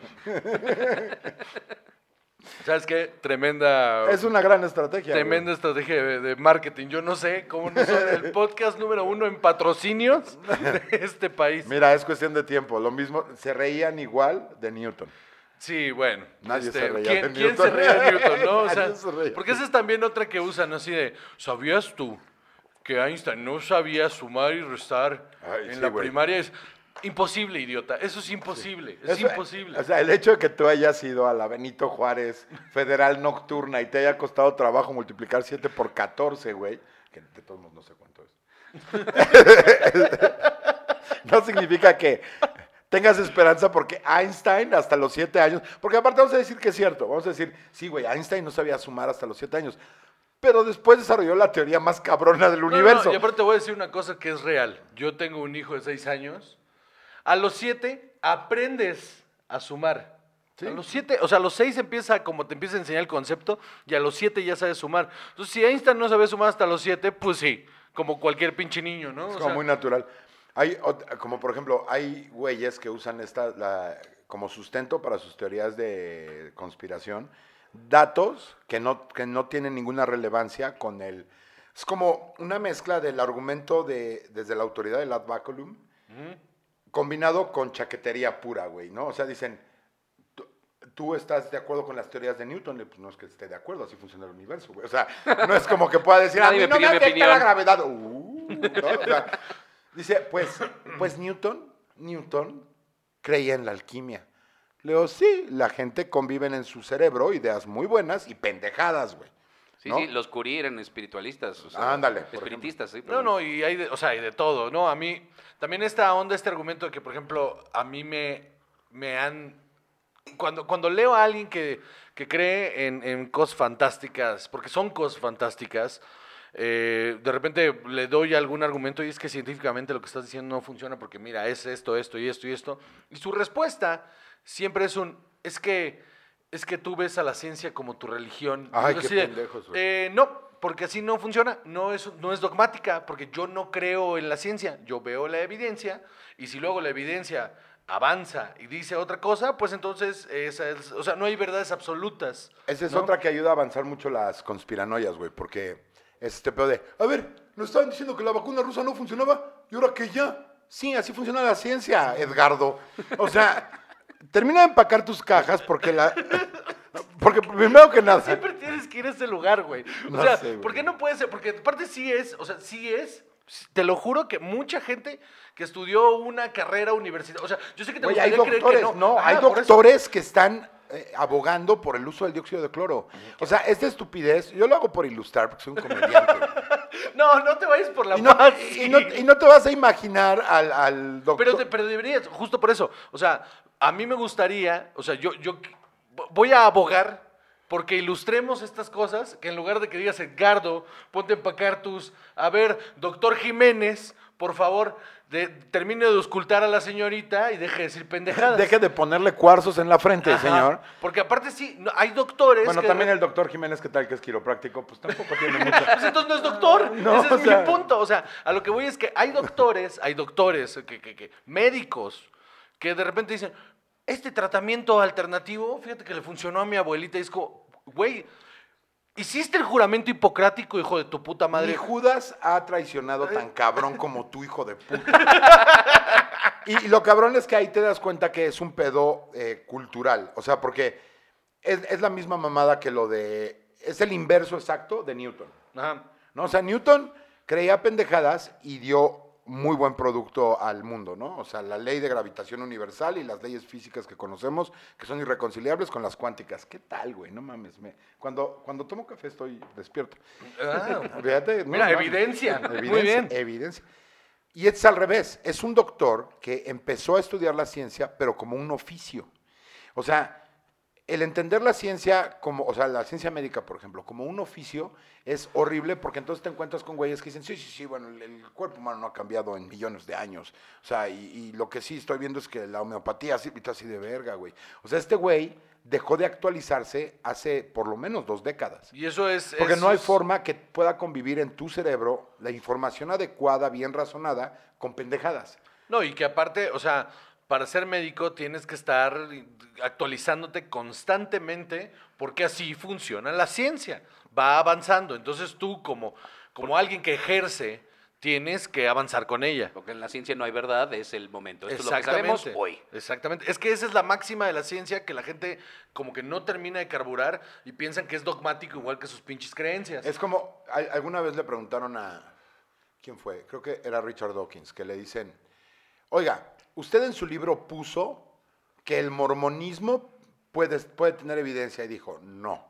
¿Sabes qué? Tremenda... Es una gran estrategia. Tremenda estrategia de, de marketing. Yo no sé cómo no son el podcast número uno en patrocinios de este país. güey. Mira, es cuestión de tiempo. Lo mismo, se reían igual de Newton. Sí, bueno. Nadie este, se reía ¿quién, de ¿Quién Newton? se reía de Newton, no? O sea, Nadie se reía. porque esa es también otra que usan, así de, ¿sabías tú que Einstein no sabía sumar y restar Ay, en sí, la güey. primaria? Es imposible, idiota. Eso es imposible. Es Eso- imposible. O sea, el hecho de que tú hayas ido a la Benito Juárez Federal Nocturna y te haya costado trabajo multiplicar siete por catorce, güey, que de todos modos no sé cuánto es. No significa que tengas esperanza porque Einstein hasta los siete años, porque aparte vamos a decir que es cierto, vamos a decir, sí, güey, Einstein no sabía sumar hasta los siete años, pero después desarrolló la teoría más cabrona del No, no, universo. y aparte te voy a decir una cosa que es real. Yo tengo un hijo de seis años. A los siete aprendes a sumar. Sí. A los siete, o sea, a los seis empieza como te empieza a enseñar el concepto y a los siete ya sabes sumar. Entonces, si Einstein no sabía sumar hasta los siete, pues sí, como cualquier pinche niño, ¿no? Es O como sea, muy natural. Hay, ot- como por ejemplo, hay güeyes que usan esta la- como sustento para sus teorías de conspiración, datos que no, que no tienen ninguna relevancia con el... Es como una mezcla del argumento de, desde la autoridad del ad baculum, combinado con chaquetería pura, güey, ¿no? O sea, dicen, "Tú- ¿tú estás de acuerdo con las teorías de Newton? Le- Pues no es que esté de acuerdo, así funciona el universo, güey. O sea, no es como que pueda decir, a Nadie mí me no me pidió mi afecta la opinión". gravedad. Uh, ¿no? O sea, dice, pues, pues Newton, Newton creía en la alquimia. Le digo, sí, la gente conviven en su cerebro ideas muy buenas y pendejadas, güey. Sí, ¿no? sí, los Curie eran espiritualistas. O sea, Ándale, por Espiritistas, sí. No, perdón. no, y hay de, o sea, hay de todo, ¿no? A mí, también esta onda, este argumento de que, por ejemplo, a mí me, me han... Cuando, cuando leo a alguien que, que cree en, en cosas fantásticas, porque son cosas fantásticas, eh, de repente le doy algún argumento y es que científicamente lo que estás diciendo no funciona porque mira, es esto, esto y esto y esto. Y su respuesta siempre es un, es que, es que tú ves a la ciencia como tu religión. Ay, Y yo qué así de, pendejos, güey. eh, no, porque así no funciona, no es, no es dogmática, porque yo no creo en la ciencia, yo veo la evidencia, y si luego la evidencia avanza y dice otra cosa, pues entonces, esa es, o sea, no hay verdades absolutas. Esa es ¿no? otra que ayuda a avanzar mucho las conspiranoias, güey, porque es este pedo de, a ver, nos estaban diciendo que la vacuna rusa no funcionaba, y ahora que ya. Sí, así funciona la ciencia, Edgardo. O sea, termina de empacar tus cajas porque la... Porque primero que nada... Siempre tienes que ir a ese lugar, güey. O No sea, sé, güey. ¿por qué no puede ser? Porque aparte sí es, o sea, sí es, te lo juro que mucha gente que estudió una carrera universitaria, o sea, yo sé que te Güey, hay gustaría creer doctores, que no, no. hay Ajá, por eso. doctores que están eh, abogando por el uso del dióxido de cloro. O sea, esta estupidez, yo lo hago por ilustrar porque soy un comediante. No, no te vayes por la y, no, paz. y, no, y no te vas a imaginar al, al doctor. Pero, te- pero deberías, justo por eso. O sea, a mí me gustaría, o sea, yo, yo voy a abogar porque ilustremos estas cosas, que en lugar de que digas Edgardo, ponte a empacar tus, a ver, doctor Jiménez, por favor, de- termine de auscultar a la señorita y deje de decir pendejadas. Deje de ponerle cuarzos en la frente, Ajá. señor. Porque aparte sí, no, hay doctores Bueno, que... también el doctor Jiménez, ¿qué tal que es quiropráctico? Pues tampoco tiene mucho. Pues entonces no es doctor. No, Ese es o sea- mi punto. O sea, a lo que voy es que hay doctores, hay doctores, que, que, que, médicos, que de repente dicen, este tratamiento alternativo, fíjate que le funcionó a mi abuelita. Y es como, güey, hiciste el juramento hipocrático, hijo de tu puta madre. Ni Judas ha traicionado tan cabrón como tu hijo de puta. Y, y lo cabrón es que ahí te das cuenta que es un pedo eh, cultural. O sea, porque es, es la misma mamada que lo de... Es el inverso exacto de Newton. Ajá. ¿No? O sea, Newton creía pendejadas y dio muy buen producto al mundo, ¿no? O sea, la ley de gravitación universal y las leyes físicas que conocemos, que son irreconciliables con las cuánticas. ¿Qué tal, güey? No mames. Me... Cuando, cuando tomo café estoy despierto. Ah, Fíjate, no, Mira, no, evidencia. evidencia. Muy bien. Evidencia. Y es al revés. Es un doctor que empezó a estudiar la ciencia, pero como un oficio. O sea, el entender la ciencia como, o sea, la ciencia médica, por ejemplo, como un oficio es horrible porque entonces te encuentras con güeyes que dicen, sí, sí, sí, bueno, el, el cuerpo humano no ha cambiado en millones de años. O sea, y, y lo que sí estoy viendo es que la homeopatía sí está así de verga, güey. O sea, este güey dejó de actualizarse hace por lo menos dos décadas. Y eso es... Porque eso no hay es- forma que pueda convivir en tu cerebro la información adecuada, bien razonada, con pendejadas. No, y que aparte, o sea, para ser médico tienes que estar actualizándote constantemente porque así funciona la ciencia, va avanzando. Entonces tú como, como alguien que ejerce, tienes que avanzar con ella. Porque en la ciencia no hay verdad, es el momento. Esto es lo que sabemos hoy. Exactamente. Es que esa es la máxima de la ciencia que la gente como que no termina de carburar y piensan que es dogmático igual que sus pinches creencias. Es como, al- alguna vez le preguntaron a, ¿quién fue? Creo que era Richard Dawkins, que le dicen, oiga, usted en su libro puso que el mormonismo puede, puede tener evidencia, y dijo, no.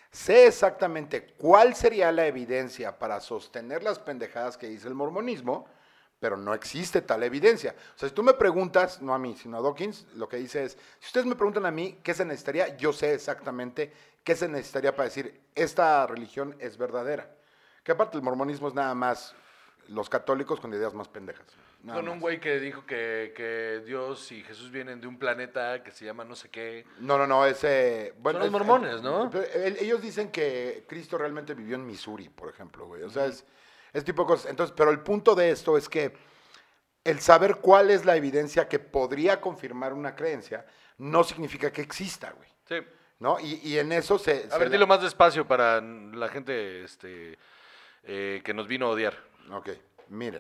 Sé exactamente cuál sería la evidencia para sostener las pendejadas que dice el mormonismo, pero no existe tal evidencia. O sea, si tú me preguntas, no a mí, sino a Dawkins, lo que dice es, si ustedes me preguntan a mí qué se necesitaría, yo sé exactamente qué se necesitaría para decir, esta religión es verdadera. Que aparte el mormonismo es nada más los católicos con ideas más pendejas. Nada Con un más. güey que dijo que, que Dios y Jesús vienen de un planeta que se llama no sé qué. No, no, no, ese... Bueno, Son los es- mormones, ¿no? pero el- ellos dicen que Cristo realmente vivió en Missouri, por ejemplo, güey. O sea, es ese tipo de cosas. Entonces, pero el punto de esto es que el saber cuál es la evidencia que podría confirmar una creencia no significa que exista, güey. Sí. ¿No? Y, y en eso se... A se ver, la- dilo más despacio para la gente este, eh, que nos vino a odiar. Ok, miren.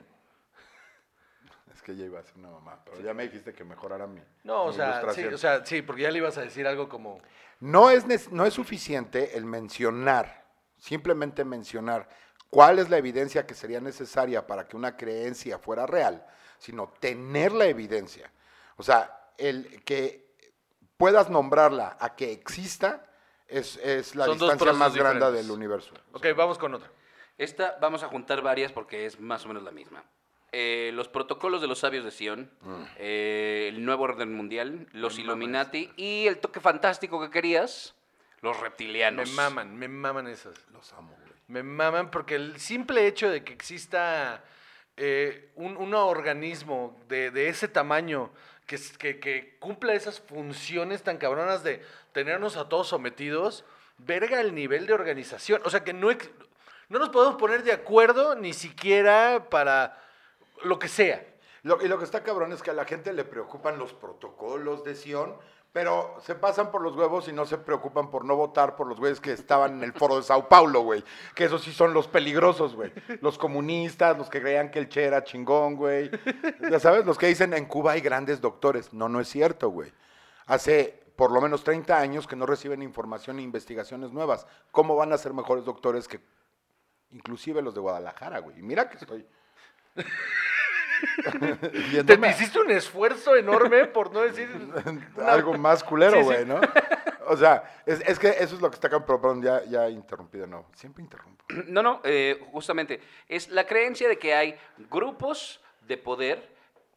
Es que ya iba a ser una mamá, pero ya me dijiste que mejorara mi No, o mi sea, sí, ilustración. o sea, sí, porque ya le ibas a decir algo como... No es, nes- no es suficiente el mencionar, simplemente mencionar cuál es la evidencia que sería necesaria para que una creencia fuera real, sino tener la evidencia. O sea, el que puedas nombrarla a que exista es, es la Son dos distancia procesos más grande diferentes. del universo. Ok, vamos con otra. Esta vamos a juntar varias porque es más o menos la misma. Eh, los protocolos de los sabios de Sion, eh, el nuevo orden mundial, los Me Illuminati y el toque fantástico que querías, los Me reptilianos. maman, me maman esas. Los amo, güey. Me maman porque el simple hecho de que exista eh, un, un organismo de, de ese tamaño que, s- que, que cumpla esas funciones tan cabronas de tenernos a todos sometidos, verga el nivel de organización. O sea, que no, ex- No nos podemos poner de acuerdo ni siquiera para lo que sea. Lo, y lo que está cabrón es que a la gente le preocupan los protocolos de Sion, pero se pasan por los huevos y no se preocupan por no votar por los güeyes que estaban en el foro de Sao Paulo, güey. Que esos sí son los peligrosos, güey. Los comunistas, los que creían que el Che era chingón, güey. Ya sabes, los que dicen en Cuba hay grandes doctores. No, no es cierto, güey. Hace por lo menos treinta años que no reciben información e investigaciones nuevas. ¿Cómo van a ser mejores doctores que inclusive los de Guadalajara, güey? Y mira que estoy... Te, te hiciste un esfuerzo enorme por no decir una... algo más culero, Sí, güey, sí. ¿no? O sea, es, es que eso es lo que está acá, pero perdón, ya, ya interrumpí de nuevo. Siempre interrumpo. No, no, eh, justamente. Es la creencia de que hay grupos de poder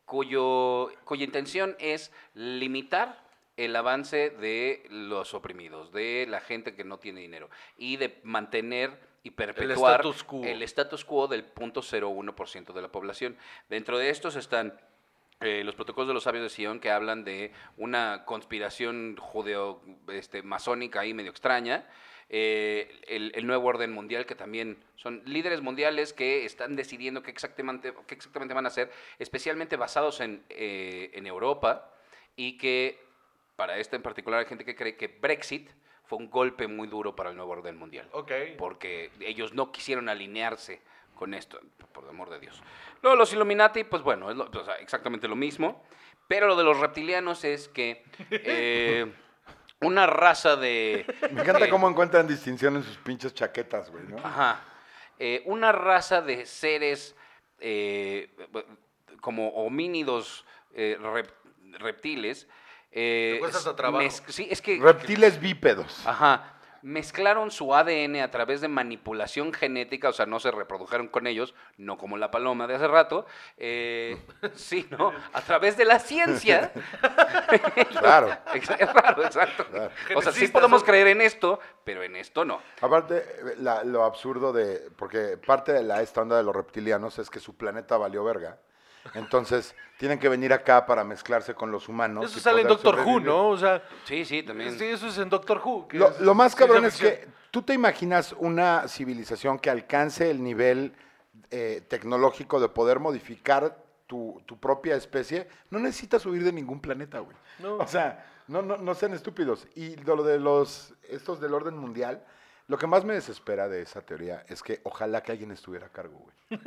cuyo, cuya intención es limitar el avance de los oprimidos, de la gente que no tiene dinero, y de mantener y perpetuar status quo. el status quo del cero punto cero uno por ciento de la población. Dentro de estos están eh, los protocolos de los sabios de Sion, que hablan de una conspiración judeo este, masónica ahí medio extraña. Eh, el, el nuevo orden mundial, que también son líderes mundiales que están decidiendo qué exactamente, qué exactamente van a hacer, especialmente basados en, eh, en Europa, y que para esta en particular hay gente que cree que Brexit fue un golpe muy duro para el nuevo orden mundial. Ok. Porque ellos no quisieron alinearse con esto, por el amor de Dios. Luego los Illuminati, pues bueno, es lo, o sea, exactamente lo mismo, pero lo de los reptilianos es que eh, una raza de... Me encanta eh, cómo encuentran distinción en sus pinches chaquetas, güey, ¿no? Ajá. Eh, una raza de seres eh, como homínidos eh, rep- reptiles. Eh, Te cuesta hasta trabajo. mez- sí, es que... Reptiles bípedos. Ajá. Mezclaron su A D N a través de manipulación genética, o sea, no se reprodujeron con ellos, no como la paloma de hace rato, eh, sí, ¿no? A través de la ciencia. Claro. Ex- Es raro, exacto. Claro. O sea, sí Genecistas podemos son- creer en esto, pero en esto no. Aparte, la- lo absurdo de... Porque parte de la, esta onda de los reptilianos es que su planeta valió verga. Entonces, tienen que venir acá para mezclarse con los humanos. Eso y sale en poder Doctor Who, sobrevivir. ¿no? O sea, Sí, sí, también. sí, eso es en Doctor Who. que Lo, es lo más ciencia cabrón es ficción. que tú te imaginas una civilización que alcance el nivel eh, tecnológico de poder modificar tu, tu propia especie, no necesitas huir de ningún planeta, güey. No. O sea, no, no, no sean estúpidos. Y lo de los, estos del orden mundial, lo que más me desespera de esa teoría es que ojalá que alguien estuviera a cargo, güey.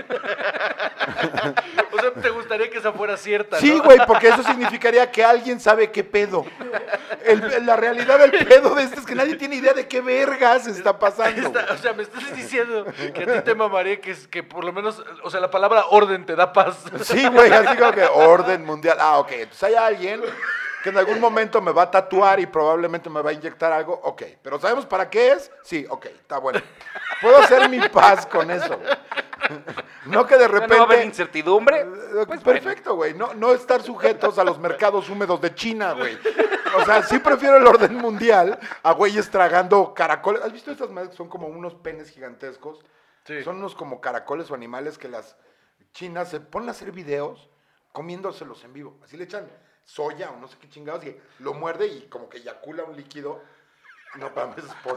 O sea, te gustaría que esa fuera cierta, Sí, ¿no? güey, porque eso significaría que alguien sabe qué pedo. El- la realidad del pedo de esto es que nadie tiene idea de qué vergas está pasando. Está- güey. o sea, me estás diciendo que a ti te mamaría que, es- que por lo menos, o sea, la palabra orden te da paz. Sí, güey, así como que orden mundial. Ah, ok, entonces hay alguien que en algún momento me va a tatuar y probablemente me va a inyectar algo. Ok, pero ¿sabemos para qué es? Sí, ok, está bueno. Puedo hacer mi paz con eso, güey. No que de ¿No repente... va a haber incertidumbre? Eh, Pues Perfecto, güey. No, no estar sujetos a los mercados húmedos de China, güey. O sea, sí prefiero el orden mundial a güeyes tragando caracoles. ¿Has visto estas madres que son como unos penes gigantescos? Sí. Son unos como caracoles o animales que las chinas se ponen a hacer videos comiéndoselos en vivo. Así le echan soya o no sé qué chingados y lo muerde y como que eyacula un líquido. No, para mí es por...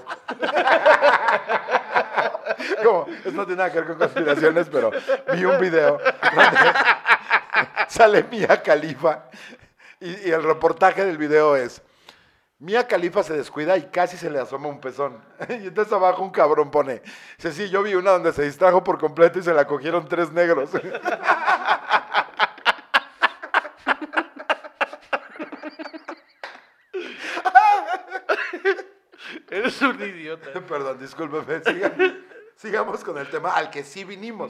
Como, eso no tiene nada que ver con conspiraciones, pero vi un video donde sale Mia Khalifa y, y el reportaje del video es Mia Khalifa se descuida y casi se le asoma un pezón. Y entonces abajo un cabrón pone, dice, sí, yo vi una donde se distrajo por completo y se la cogieron tres negros. Eres un idiota. Perdón, discúlpeme, sigamos, sigamos con el tema al que sí vinimos.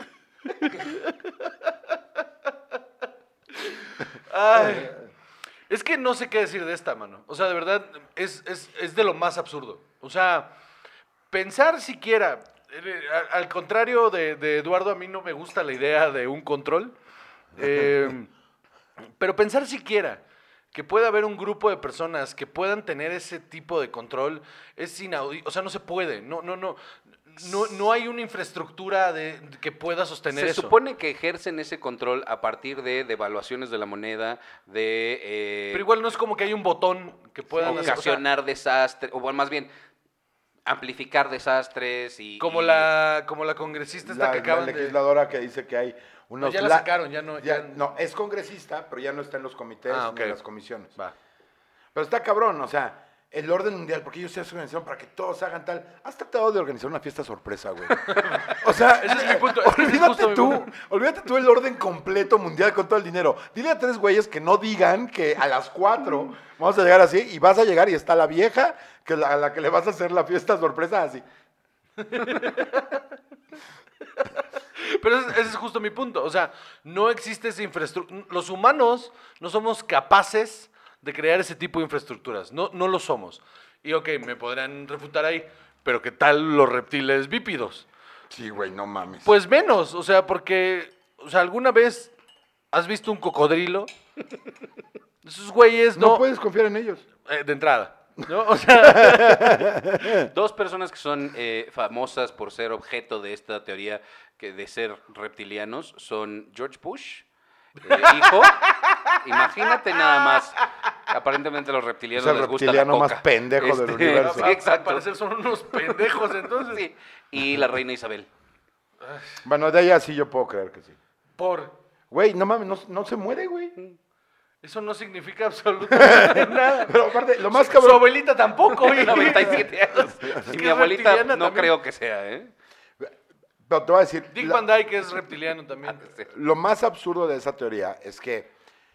Ay, es que no sé qué decir de esta, mano. O sea, de verdad, es, es, es de lo más absurdo. O sea, pensar siquiera, eh, a- al contrario de, de Eduardo, a mí no me gusta la idea de un control. Eh, pero pensar siquiera que pueda haber un grupo de personas que puedan tener ese tipo de control es inaudito. O sea, no se puede. No, no, no. No, no hay una infraestructura de, que pueda sostener Se eso. supone que ejercen ese control a partir de devaluaciones de la moneda, de eh, Pero igual no es como que hay un botón que puedan hacer. O sea, ocasionar desastre, o bueno, más bien, amplificar desastres y... Como y- la, como la congresista esta La, que la acaban de... legisladora que dice que hay unos... ya la la- sacaron, ya no- ya- ya- No, es congresista, pero ya no está en los comités Ah, ni ok. en las comisiones. Va. Pero está cabrón, o sea, el orden mundial, porque ellos se organizaron para que todos hagan tal. Has tratado de organizar una fiesta sorpresa, güey. O sea, Ese es mi punto, es que ese es olvídate justo mi tú, punto. olvídate tú el orden completo mundial con todo el dinero. Dile a tres güeyes que no digan que a las cuatro vamos a llegar así y vas a llegar y está la vieja que la- a la que le vas a hacer la fiesta sorpresa así. Pero ese, ese es justo mi punto. O sea, no existe esa infraestructura. Los humanos no somos capaces de crear ese tipo de infraestructuras. No, no lo somos. Y ok, me podrán refutar ahí. Pero ¿qué tal los reptiles bípedos? Sí, güey, no mames. Pues menos. O sea, porque... O sea, ¿alguna vez has visto un cocodrilo? Esos güeyes no, no... puedes confiar en ellos. eh, de entrada. ¿No? O sea... Dos personas que son eh, famosas por ser objeto de esta teoría que de ser reptilianos son George Bush, eh, hijo. Imagínate nada más. Aparentemente a los reptilianos Es el les gusta la reptiliano coca. más pendejo del universo. Sí, Al exacto. parecer son unos pendejos, entonces. Sí. Y la reina Isabel. Bueno, de ella sí yo puedo creer que sí. Por... Güey, no mames, no, no se muere, güey. Eso no significa absolutamente nada. Pero aparte, lo más Su cabrón... abuelita tampoco, güey. noventa y siete años. Es Y que mi es abuelita reptiliana no también. creo que sea, ¿eh? Pero te voy a decir... Dick la- Van Dyke es reptiliano también. Lo más absurdo de esa teoría es que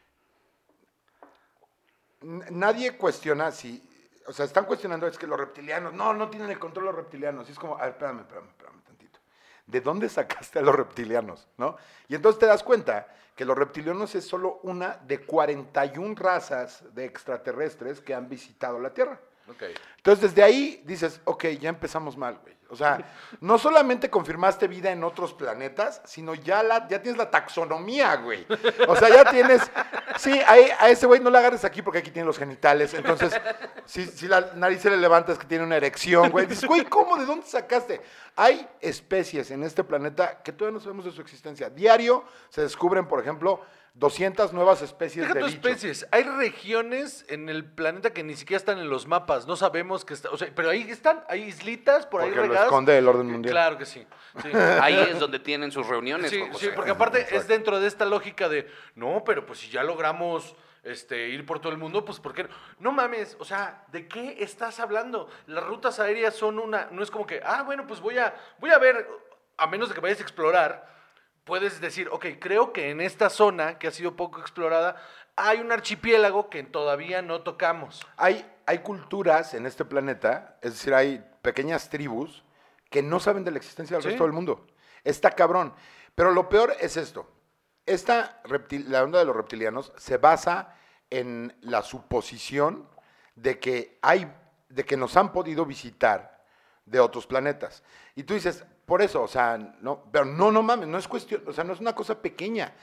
n- nadie cuestiona si, o sea, están cuestionando es que los reptilianos, no, no tienen el control los reptilianos. Y es como, a ver, espérame, espérame, espérame tantito. ¿De dónde sacaste a los reptilianos? ¿No? Y entonces te das cuenta que los reptilianos es solo una de cuarenta y una razas de extraterrestres que han visitado la Tierra. Ok. Entonces, desde ahí dices, ok, ya empezamos mal, güey. O sea, no solamente confirmaste vida en otros planetas, sino ya, la, ya tienes la taxonomía, güey. O sea, ya tienes... Sí, ahí- a ese güey no le agarres aquí porque aquí tiene los genitales. Entonces, si, si la nariz se le levanta es que tiene una erección, güey. Dices, güey, ¿cómo? ¿De dónde sacaste? Hay especies en este planeta que todavía no sabemos de su existencia. Diario se descubren, por ejemplo, doscientas nuevas especies Deja de tu bichos. especies. Hay regiones en el planeta que ni siquiera están en los mapas. No sabemos que están. O sea, pero ahí están. Hay islitas por ahí Porque lo regadas. esconde el orden mundial. Claro que sí. Sí. Ahí es donde tienen sus reuniones, Sí, Juan sí, José. porque aparte es dentro de esta lógica de, no, pero pues si ya logramos este, ir por todo el mundo, pues ¿por qué no? No mames, o sea, ¿de qué estás hablando? Las rutas aéreas son una, no es como que, ah, bueno, pues voy a, voy a ver, a menos de que vayas a explorar, puedes decir, ok, creo que en esta zona, que ha sido poco explorada, hay un archipiélago que todavía no tocamos. Hay, hay culturas en este planeta, es decir, hay pequeñas tribus que no saben de la existencia del Sí. resto del mundo. Está cabrón. Pero lo peor es esto. Esta reptil- la onda de los reptilianos se basa en la suposición de que hay, de que nos han podido visitar de otros planetas. Y tú dices, por eso, o sea, no, pero no, no mames, no es cuestión, o sea, no es una cosa pequeña.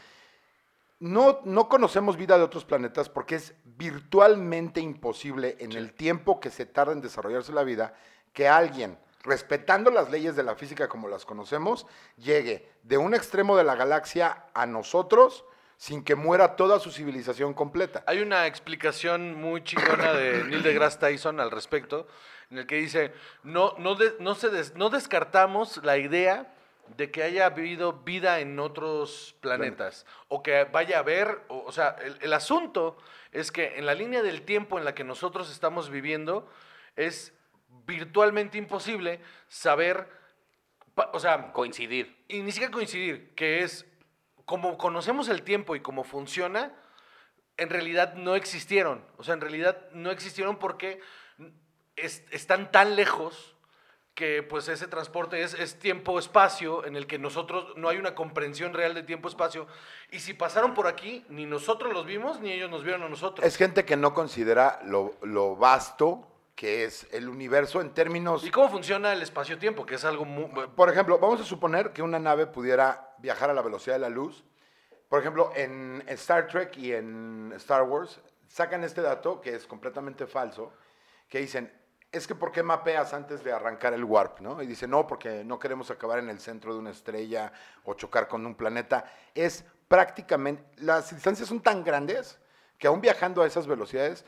No, no conocemos vida de otros planetas porque es virtualmente imposible en el tiempo que se tarda en desarrollarse la vida que alguien, respetando las leyes de la física como las conocemos, llegue de un extremo de la galaxia a nosotros sin que muera toda su civilización completa. Hay una explicación muy chingona de Neil deGrasse Tyson al respecto, en el que dice, no, no, de- no, se des- no descartamos la idea de que haya habido vida en otros planetas, o que vaya a haber, o, o sea, el, el asunto es que en la línea del tiempo en la que nosotros estamos viviendo, es virtualmente imposible saber, pa- o sea, Coincidir. y ni siquiera coincidir, que es como conocemos el tiempo y cómo funciona, en realidad no existieron. O sea, en realidad no existieron porque es- están tan lejos que pues ese transporte es, es tiempo-espacio en el que nosotros no hay una comprensión real de tiempo-espacio. Y si pasaron por aquí, ni nosotros los vimos, ni ellos nos vieron a nosotros. Es gente que no considera lo, lo vasto que es el universo en términos... ¿Y cómo funciona el espacio-tiempo? Que es algo muy... Por ejemplo, vamos a suponer que una nave pudiera viajar a la velocidad de la luz. Por ejemplo, en Star Trek y en Star Wars sacan este dato que es completamente falso, que dicen, es que ¿por qué mapeas antes de arrancar el warp? ¿No? Y dicen, no, porque no queremos acabar en el centro de una estrella o chocar con un planeta. Es prácticamente, las distancias son tan grandes que aún viajando a esas velocidades,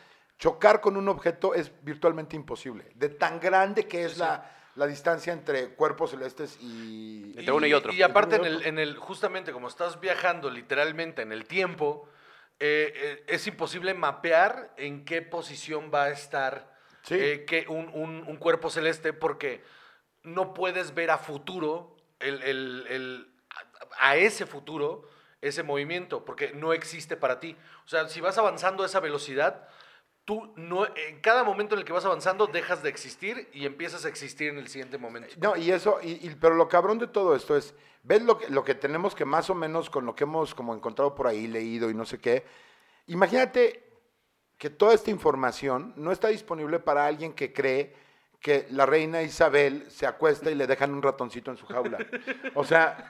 chocar con un objeto es virtualmente imposible. De tan grande que es la, la distancia entre cuerpos celestes y... Entre uno y otro. Y aparte, en Entre uno y el, en el, justamente como estás viajando literalmente en el tiempo, eh, eh, es imposible mapear en qué posición va a estar Sí. eh, que un, un- un cuerpo celeste, porque no puedes ver a futuro, el, el- el- a, a ese futuro, ese movimiento, porque no existe para ti. O sea, si vas avanzando a esa velocidad, tú no, en cada momento en el que vas avanzando dejas de existir y empiezas a existir en el siguiente momento. No, y eso, y, y- pero lo cabrón de todo esto es, ¿ves lo que, lo que tenemos que más o menos con lo que hemos como encontrado por ahí, leído y no sé qué? Imagínate que toda esta información no está disponible para alguien que cree que la reina Isabel se acuesta y le dejan un ratoncito en su jaula. O sea,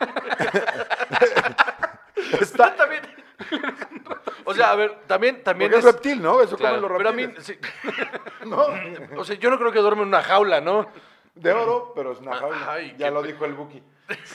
está, También. O sea, a ver, también, también porque es es. reptil, ¿no? Eso Claro, comen los Pero a mí, reptiles. sí. ¿No? O sea, yo no creo que duerme en una jaula, ¿no? De oro, pero es una jaula. Ay, ya qué lo pe- dijo el Buki.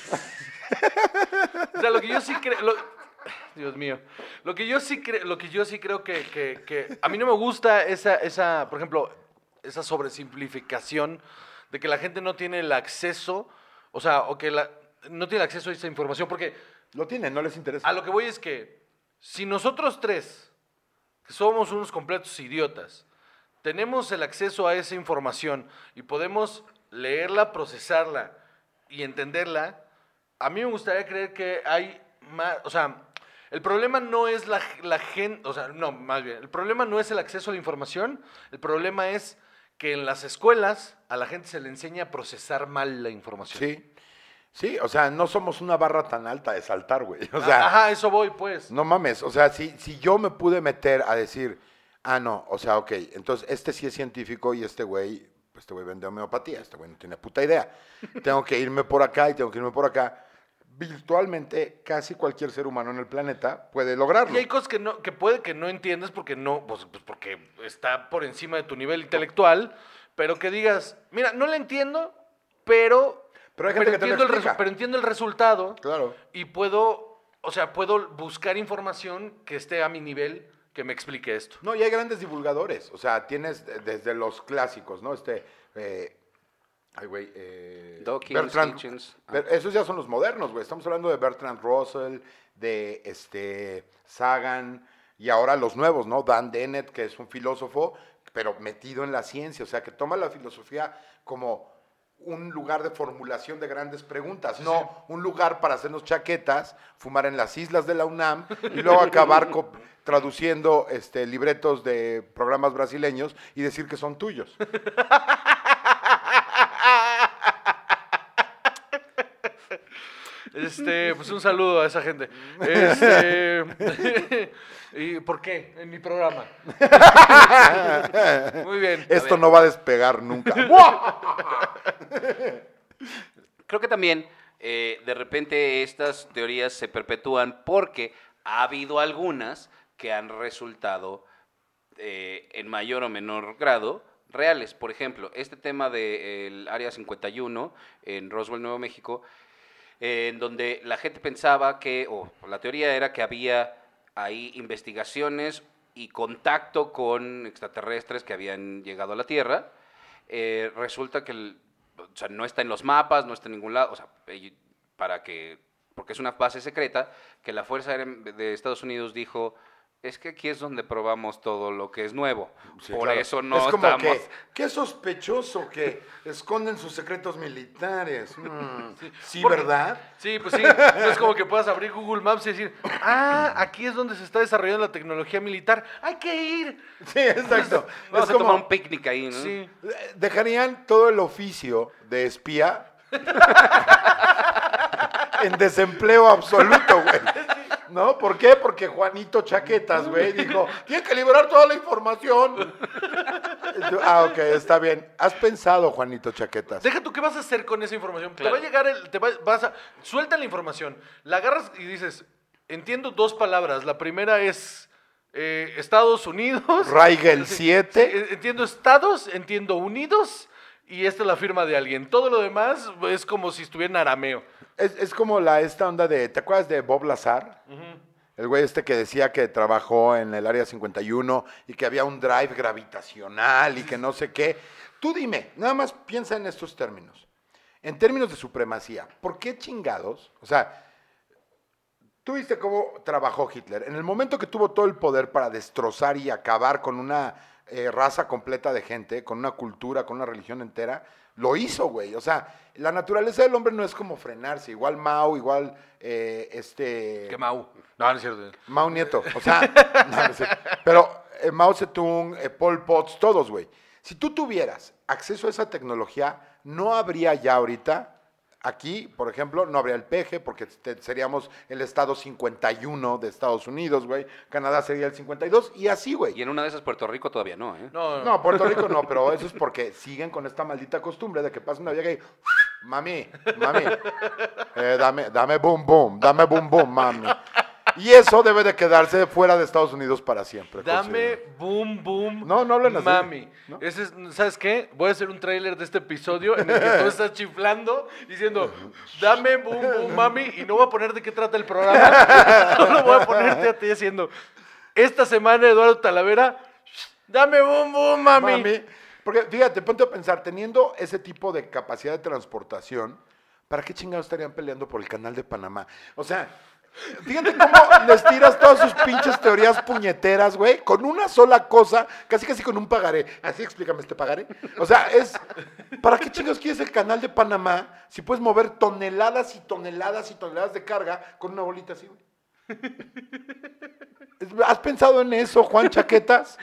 O sea, lo que yo sí creo. lo- Dios mío. Lo que yo sí creo, lo que yo sí creo que, que- que- a mí no me gusta esa, esa, por ejemplo, esa sobresimplificación de que la gente no tiene el acceso, o sea, o que la, no tiene acceso a esa información, porque Lo tienen, no les interesa. a lo que voy es que si nosotros tres, que somos unos completos idiotas, tenemos el acceso a esa información y podemos leerla, procesarla y entenderla, a mí me gustaría creer que hay más, o sea, el problema no es la, la gente, o sea, no, más bien, el problema no es el acceso a la información, el problema es que en las escuelas a la gente se le enseña a procesar mal la información. Sí, sí, o sea, no somos una barra tan alta de saltar, güey. O sea, Ajá, eso voy, pues. no mames, o sea, si, si yo me pude meter a decir, ah, no, o sea, ok, entonces este sí es científico y este güey, pues este güey vende homeopatía, este güey no tiene puta idea. Tengo que irme por acá y tengo que irme por acá. Virtualmente, casi cualquier ser humano en el planeta puede lograrlo. Y hay cosas que no, que puede que no entiendes porque no, pues, pues porque está por encima de tu nivel intelectual, pero que digas, mira, no la entiendo, pero, Pero hay gente que te lo entiendo el explica. resu- pero entiendo el resultado Claro. y puedo, o sea, puedo buscar información que esté a mi nivel que me explique esto. No, y hay grandes divulgadores, o sea, tienes eh, desde los clásicos, ¿no? Este, eh, ay, güey, eh, Dawkins, Hitchens. Ah. Ber- esos ya son los modernos, güey. Estamos hablando de Bertrand Russell, de este Sagan, y ahora los nuevos, ¿no? Dan Dennett, que es un filósofo, pero metido en la ciencia, o sea, que toma la filosofía como un lugar de formulación de grandes preguntas, no un lugar para hacernos chaquetas, fumar en las islas de la UNAM y luego acabar co- traduciendo este, libretos de programas brasileños y decir que son tuyos. Este, pues un saludo a esa gente. Este, ¿y por qué? En mi programa. Muy bien. Esto no va a despegar nunca. Creo que también eh, de repente estas teorías se perpetúan porque ha habido algunas que han resultado eh, en mayor o menor grado reales. Por ejemplo, este tema del Área cincuenta y uno en Roswell, Nuevo México, eh, en donde la gente pensaba que, o la teoría era que había ahí investigaciones y contacto con extraterrestres que habían llegado a la Tierra. Eh, resulta que el- o sea, no está en los mapas, no está en ningún lado, o sea, y- para que, porque es una base secreta, que la Fuerza Aérea de Estados Unidos dijo, es que aquí es donde probamos todo lo que es nuevo, Sí, por claro. eso no es como estamos... que, qué sospechoso que esconden sus secretos militares. Mm, sí, Porque- ¿verdad? Sí, pues sí. No es como que puedas abrir Google Maps y decir, ah, aquí es donde se está desarrollando la tecnología militar. ¡Hay que ir! Sí, exacto. Vamos Es a tomar como- un picnic ahí, ¿no? Sí. Eh, Dejarían todo el oficio de espía en desempleo absoluto, güey. ¿No? ¿Por qué? Porque Juanito Chaquetas, güey, dijo, tiene que liberar toda la información. Ah, ok, está bien. ¿Has pensado, Juanito Chaquetas? Deja tú, ¿qué vas a hacer con esa información? Claro. Te va a llegar el... Te va- vas a, suelta la información, la agarras y dices, entiendo dos palabras. La primera es eh, Estados Unidos. Raigel Sí, siete. sí, entiendo Estados, entiendo Unidos y esta es la firma de alguien. Todo lo demás es como si estuviera en arameo. Es, es como la, esta onda de, ¿te acuerdas de Bob Lazar? El güey este que decía que trabajó en el Área cincuenta y uno y que había un drive gravitacional y que no sé qué. Tú dime, nada más piensa en estos términos. En términos de supremacía, ¿por qué chingados? O sea, tú viste cómo trabajó Hitler. En el momento que tuvo todo el poder para destrozar y acabar con una eh, raza completa de gente, con una cultura, con una religión entera, lo hizo, güey. O sea, la naturaleza del hombre no es como frenarse. Igual Mao, igual eh, este... ¿Qué Mau? No, no es cierto. Mao Nieto. O sea, no, no sé. Pero eh, Mao Zedong, eh, Pol Pot, todos, güey. Si tú tuvieras acceso a esa tecnología, no habría ya ahorita... Aquí, por ejemplo, no habría el P G porque te- seríamos el estado cincuenta y uno de Estados Unidos, güey. Canadá sería el cincuenta y dos y así, güey. Y en una de esas Puerto Rico todavía no, ¿eh? No, no. No, Puerto Rico no, pero eso es porque siguen con esta maldita costumbre de que pasa una vieja y... Mami, mami, eh, dame, dame boom, boom, dame boom, boom, mami. Y eso debe de quedarse fuera de Estados Unidos para siempre. Dame considero. boom, boom. No, no hablan así, Mami. ¿no? Ese es, ¿sabes qué? Voy a hacer un tráiler de este episodio en el que tú estás chiflando diciendo, dame boom, boom, mami. Y no voy a poner de qué trata el programa. Solo voy a ponerte a ti diciendo, esta semana Eduardo Talavera, dame boom, boom, mami. Mami. Porque fíjate, ponte a pensar, teniendo ese tipo de capacidad de transportación, ¿para qué chingados estarían peleando por el canal de Panamá? O sea, fíjate cómo les tiras todas sus pinches teorías puñeteras, güey, con una sola cosa, casi casi con un pagaré. Así explícame este pagaré. O sea, es, ¿para qué chingados quieres el canal de Panamá si puedes mover toneladas y toneladas y toneladas de carga con una bolita así, güey? ¿Has pensado en eso, Juan Chaquetas?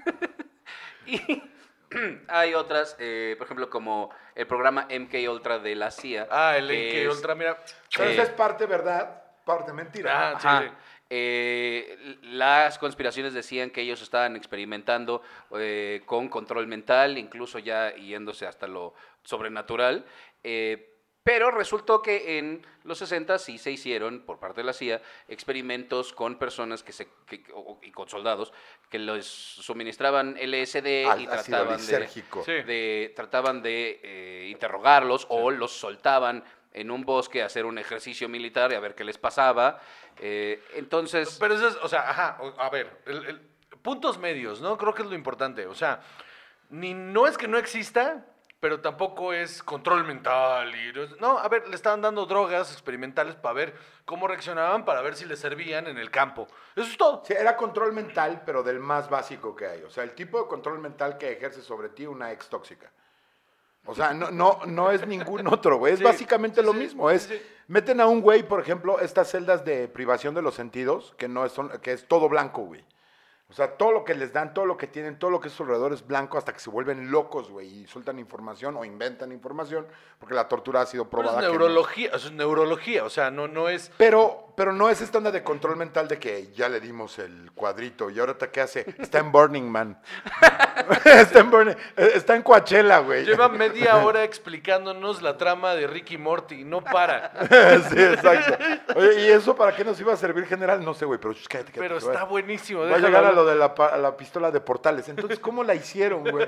Y hay otras, eh, por ejemplo, como el programa M K Ultra de la C I A. Ah, el que que es- Ultra, mira. Pero Eh, esa es parte verdad, parte mentira. Ah, sí, Ajá. sí. Eh, las conspiraciones decían que ellos estaban experimentando eh, con control mental, incluso ya yéndose hasta lo sobrenatural. eh, pero resultó que en los sesenta sí se hicieron, por parte de la C I A, experimentos con personas que se, que- o- y con soldados que les suministraban L S D Al- y ácido trataban de, lisérgico. Sí. de- trataban de eh, interrogarlos o los soltaban en un bosque a hacer un ejercicio militar y a ver qué les pasaba. Eh, entonces, Pero eso es, o sea, ajá, o- a ver, el- el- puntos medios, ¿no? Creo que es lo importante. O sea, ni no es que no exista, pero tampoco es control mental. Y, no es- no, a ver, le estaban dando drogas experimentales para ver cómo reaccionaban, para ver si les servían en el campo. Eso es todo. Sí, era control mental, pero del más básico que hay. O sea, el tipo de control mental que ejerce sobre ti una ex tóxica. O sea, no, no, no es ningún otro, güey. Es Sí, básicamente sí, lo sí, mismo. Es, sí, sí. meten a un güey, por ejemplo, estas celdas de privación de los sentidos, que no es, son, que es todo blanco, güey. O sea, todo lo que les dan, todo lo que tienen, todo lo que es a su alrededor es blanco hasta que se vuelven locos, güey, y sueltan información o inventan información, porque la tortura ha sido Pero probada. es que no. neurología, eso es neurología, o sea, no, no es... Pero, pero no es esta onda de control mental de que ya le dimos el cuadrito y ahora ¿qué hace? Está en Burning Man. está, en Burning, eh, está en Coachella, güey. Lleva media hora explicándonos la trama de Ricky Morty, no para. sí, exacto. Oye, ¿y eso para qué nos iba a servir, general? No sé, güey, pero shh, cállate, cállate, Pero que va- está buenísimo. Va a déjalo llegar a hablar. lo de la, pa- a la pistola de portales. Entonces, ¿cómo la hicieron, güey?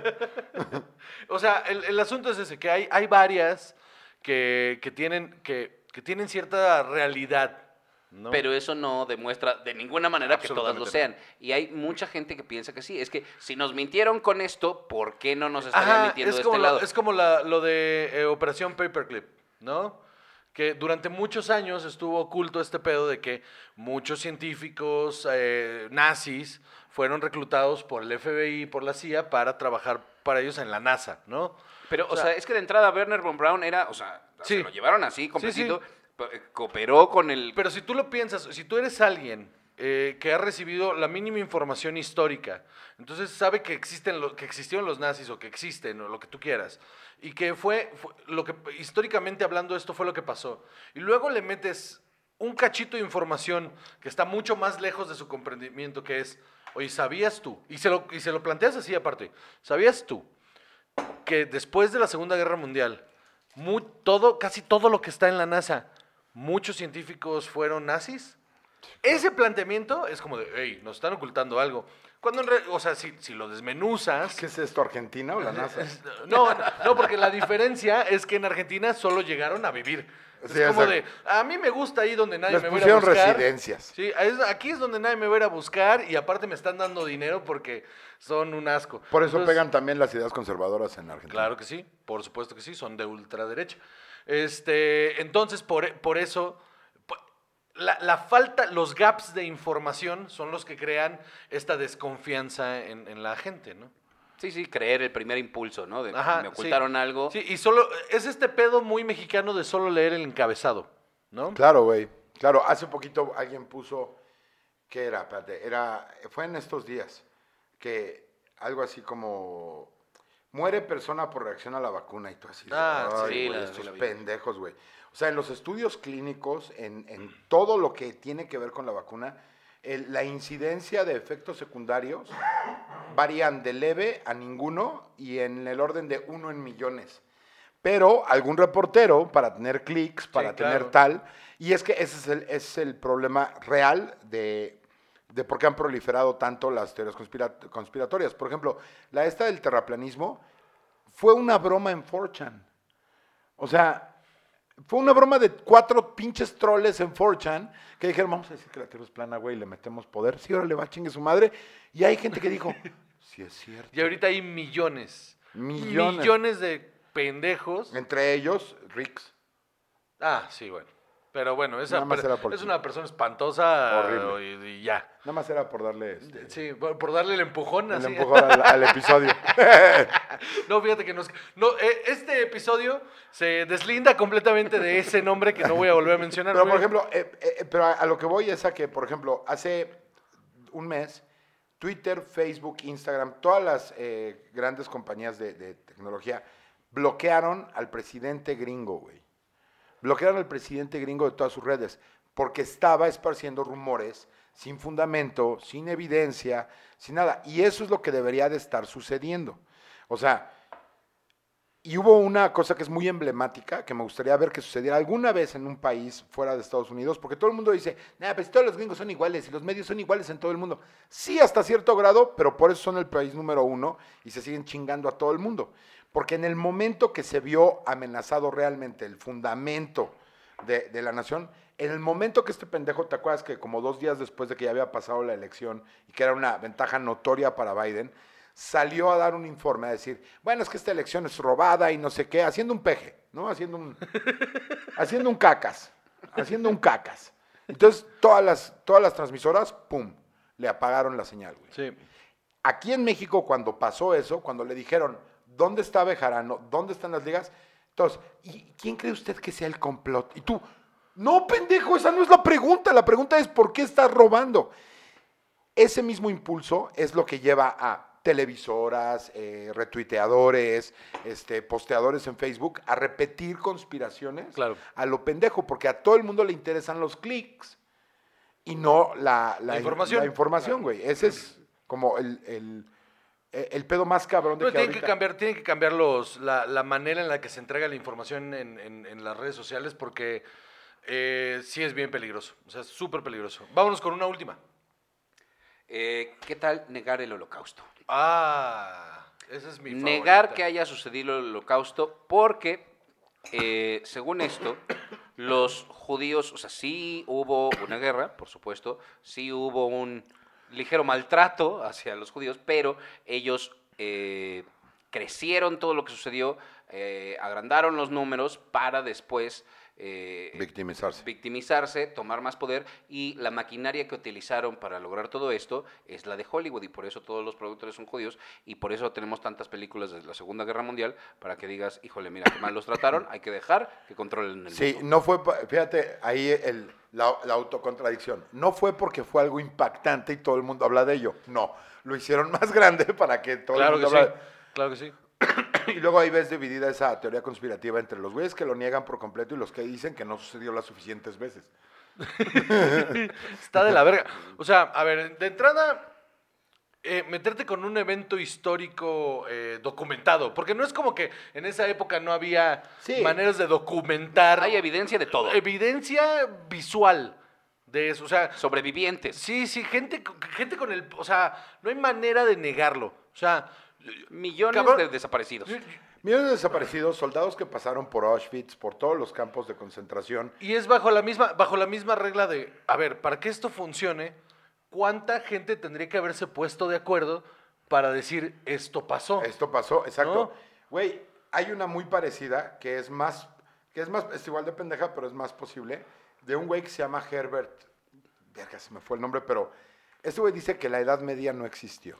O sea, el, el asunto es ese, que hay, hay varias que, que, tienen, que, que tienen cierta realidad, ¿no? pero eso no demuestra de ninguna manera que todas lo Absolutamente sean. Y hay mucha gente que piensa que sí. Es que si nos mintieron con esto, ¿por qué no nos estarían Ajá, mintiendo es de como, este la- lado? es como la- lo de eh, Operación Paperclip, ¿no? Que durante muchos años estuvo oculto este pedo de que muchos científicos eh, nazis fueron reclutados por el F B I y por la C I A para trabajar para ellos en la NASA, ¿no? Pero, o, o sea, sea, es que de entrada Werner von Braun era, o sea, Sí. se lo llevaron así, completito, sí. pa- eh, cooperó con el... Pero si tú lo piensas, si tú eres alguien eh, que ha recibido la mínima información histórica, entonces sabe que existen lo, que existieron los nazis o que existen o lo que tú quieras, y que fue, fue lo que históricamente hablando esto fue lo que pasó, y luego le metes un cachito de información que está mucho más lejos de su comprendimiento, que es, oye, ¿sabías tú? Y se lo, y se lo planteas así aparte, ¿sabías tú que después de la Segunda Guerra Mundial, mu- todo, casi todo lo que está en la NASA, muchos científicos fueron nazis? Ese planteamiento es como de, hey, nos están ocultando algo. Cuando, en re- o sea, si, si lo desmenuzas... ¿Qué es esto, Argentina o la NASA? No, no, porque la diferencia es que en Argentina solo llegaron a vivir. Es Sí, como exacto. de, a mí me gusta ahí donde nadie Les me va a ir a pusieron buscar. residencias. Sí, es- aquí es donde nadie me va a ir a buscar y aparte me están dando dinero porque son un asco. Por eso Entonces, pegan también las ideas conservadoras en Argentina. Claro que sí, por supuesto que sí, son de ultraderecha. Este, entonces, por, por eso, po- la, la falta, los gaps de información son los que crean esta desconfianza en, en la gente, ¿no? Sí, sí, creer el primer impulso, ¿no? De Ajá, me ocultaron sí. algo. Sí, y solo, es este pedo muy mexicano de solo leer el encabezado, ¿no? Claro, güey. Claro, hace poquito alguien puso, ¿qué era? Espérate, era, fue en estos días, que algo así como, muere persona por reacción a la vacuna y tú así. de, Ah, "Ay, sí, güey, la- estos sí la vi". pendejos, güey. O sea, en los estudios clínicos, en, en todo lo que tiene que ver con la vacuna, el- la incidencia de efectos secundarios varían de leve a ninguno y en el orden de uno en millones. Pero algún reportero, para tener clics, para tener claro. tal, y es que ese es el, es el problema real de, de por qué han proliferado tanto las teorías conspira- conspiratorias. Por ejemplo, la esta del terraplanismo fue una broma en cuatro chan. O sea, fue una broma de cuatro pinches troles en cuatro chan que dijeron, vamos a decir que la Tierra es plana, güey, le metemos poder. Sí, ahora le va a chingue su madre. Y hay gente que dijo, sí es cierto. Y ahorita hay millones, Millones. millones de pendejos. Entre ellos, Rix. Ah, sí, bueno. Pero bueno, esa Nada más per- era por- es una persona espantosa Horrible. y, y ya. Nada más era por darle este, Sí, por, por darle el empujón el así. empujón al, al episodio. No, fíjate que nos, no, eh, este episodio se deslinda completamente de ese nombre que no voy a volver a mencionar. Pero, por Voy a- ejemplo, eh, eh, pero a, a lo que voy es a que, por ejemplo, hace un mes, Twitter, Facebook, Instagram, todas las eh, grandes compañías de, de tecnología bloquearon al presidente gringo, güey. Bloquearon al presidente gringo de todas sus redes porque estaba esparciendo rumores sin fundamento, sin evidencia, sin nada. Y eso es lo que debería de estar sucediendo. O sea, y hubo una cosa que es muy emblemática, que me gustaría ver que sucediera alguna vez en un país fuera de Estados Unidos, porque todo el mundo dice, nah, pues todos los gringos son iguales y los medios son iguales en todo el mundo. Sí, hasta cierto grado, pero por eso son el país número uno y se siguen chingando a todo el mundo. Porque en el momento que se vio amenazado realmente el fundamento de, de la nación, en el momento que este pendejo, ¿te acuerdas que como dos días después de que ya había pasado la elección y que era una ventaja notoria para Biden, salió a dar un informe a decir, bueno, es que esta elección es robada y no sé qué, haciendo un peje, ¿no? Haciendo un, haciendo un cacas, haciendo un cacas. Entonces, todas las, todas las transmisoras, pum, le apagaron la señal, güey. Sí. Aquí en México, cuando pasó eso, cuando le dijeron, ¿dónde está Bejarano? ¿Dónde están las ligas? Entonces, ¿y quién cree usted que sea el complot? Y tú, no, pendejo, esa no es la pregunta. La pregunta es, ¿por qué estás robando? Ese mismo impulso es lo que lleva a televisoras, eh, retuiteadores, este, posteadores en Facebook a repetir conspiraciones Claro. a lo pendejo, porque a todo el mundo le interesan los clics y no la, La información. La información, güey. Ese es como el, el, el pedo más cabrón de No, que tienen que ahorita... cambiar, tienen que cambiar los, la, la manera en la que se entrega la información en, en- en las redes sociales porque eh, sí es bien peligroso. O sea, es súper peligroso. Vámonos con una última. Eh, ¿Qué tal negar el holocausto? Ah, esa es mi Negar favorita. que haya sucedido el holocausto porque, eh, según esto, los judíos, o sea, sí hubo una guerra, por supuesto, sí hubo un ligero maltrato hacia los judíos, pero ellos eh, crecieron todo lo que sucedió, eh, agrandaron los números para después eh, Victimizarse. victimizarse, tomar más poder, y la maquinaria que utilizaron para lograr todo esto es la de Hollywood, y por eso todos los productores son judíos, y por eso tenemos tantas películas de la Segunda Guerra Mundial, para que digas, híjole, mira, qué mal los trataron, hay que dejar que controlen el Sí, mundo. no fue, pa- fíjate, ahí el, la, la autocontradicción. No fue porque fue algo impactante y todo el mundo habla de ello. No, lo hicieron más grande para que todo Claro el que mundo sí, habla. claro que sí. Y luego ahí ves dividida esa teoría conspirativa entre los güeyes que lo niegan por completo y los que dicen que no sucedió las suficientes veces. Está de la verga. O sea, a ver, de entrada, eh, meterte con un evento histórico eh, documentado, porque no es como que en esa época no había Sí. maneras de documentar. Hay evidencia de todo. Evidencia visual de eso. O sea, Sobrevivientes. sí, sí, gente, con- gente con el. O sea, no hay manera de negarlo. O sea, Millones Cabrón. de desaparecidos. yo, Millones de desaparecidos, soldados que pasaron por Auschwitz, por todos los campos de concentración. Y es bajo la misma, bajo la misma regla de, a ver, para que esto funcione, ¿cuánta gente tendría que haberse puesto de acuerdo para decir esto pasó? Esto pasó, exacto. ¿No? Güey, hay una muy parecida que es más, que es más, es igual de pendeja, pero es más posible, de un güey que se llama Herbert, verga, se me fue el nombre, pero este güey dice que la Edad Media no existió.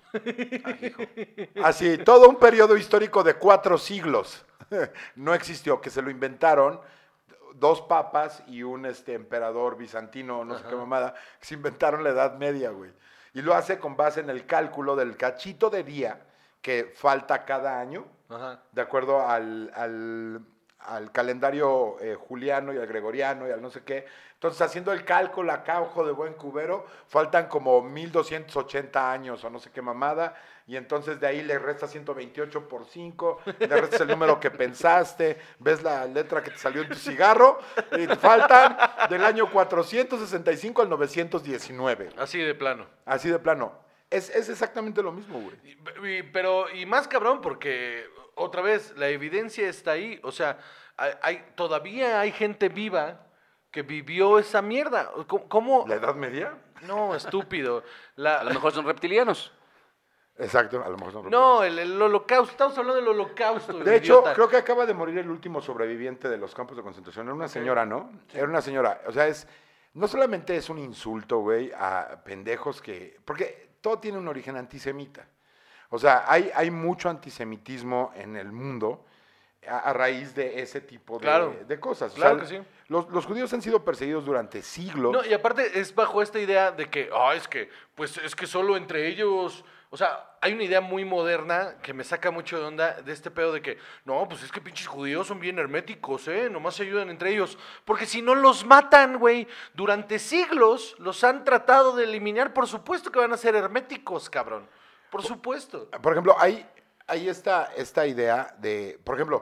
Así, todo un periodo histórico de cuatro siglos no existió, que se lo inventaron dos papas y un este, emperador bizantino, no sé qué mamada, que se inventaron la Edad Media, güey. Y lo hace con base en el cálculo del cachito de día que falta cada año, Ajá. de acuerdo al, al, al calendario eh, juliano y al gregoriano y al no sé qué. Entonces, haciendo el cálculo acá, ojo de buen cubero, faltan como mil doscientos ochenta años o no sé qué mamada, y entonces de ahí le restas ciento veintiocho por cinco, le restas el número que pensaste, ves la letra que te salió en tu cigarro, y te faltan del año cuatrocientos sesenta y cinco al novecientos diecinueve. Así de plano. Así de plano. Es, es exactamente lo mismo, güey. Y- y- pero, y más cabrón, porque otra vez, la evidencia está ahí. O sea, hay, hay- todavía hay gente viva que vivió esa mierda. ¿Cómo? cómo? ¿La Edad Media? No, estúpido. La- A lo mejor son reptilianos. Exacto, a lo mejor son no, el, el holocausto. Estamos hablando del holocausto. De hecho, idiota. creo que acaba de morir el último sobreviviente de los campos de concentración. Era una señora, ¿no? Era una señora. O sea, es no solamente es un insulto, güey, a pendejos que... Porque todo tiene un origen antisemita. O sea, hay, hay mucho antisemitismo en el mundo a, a raíz de ese tipo de, Claro. de cosas. O Claro sea, que sí. Los, los judíos han sido perseguidos durante siglos. No, y aparte es bajo esta idea de que, ah, es que, pues es que solo entre ellos, o sea, hay una idea muy moderna que me saca mucho de onda de este pedo de que, no, pues es que pinches judíos son bien herméticos, ¿eh? Nomás se ayudan entre ellos. Porque si no los matan, güey, durante siglos los han tratado de eliminar, por supuesto que van a ser herméticos, cabrón. Por supuesto. Por ejemplo, hay, hay esta, esta idea de, por ejemplo,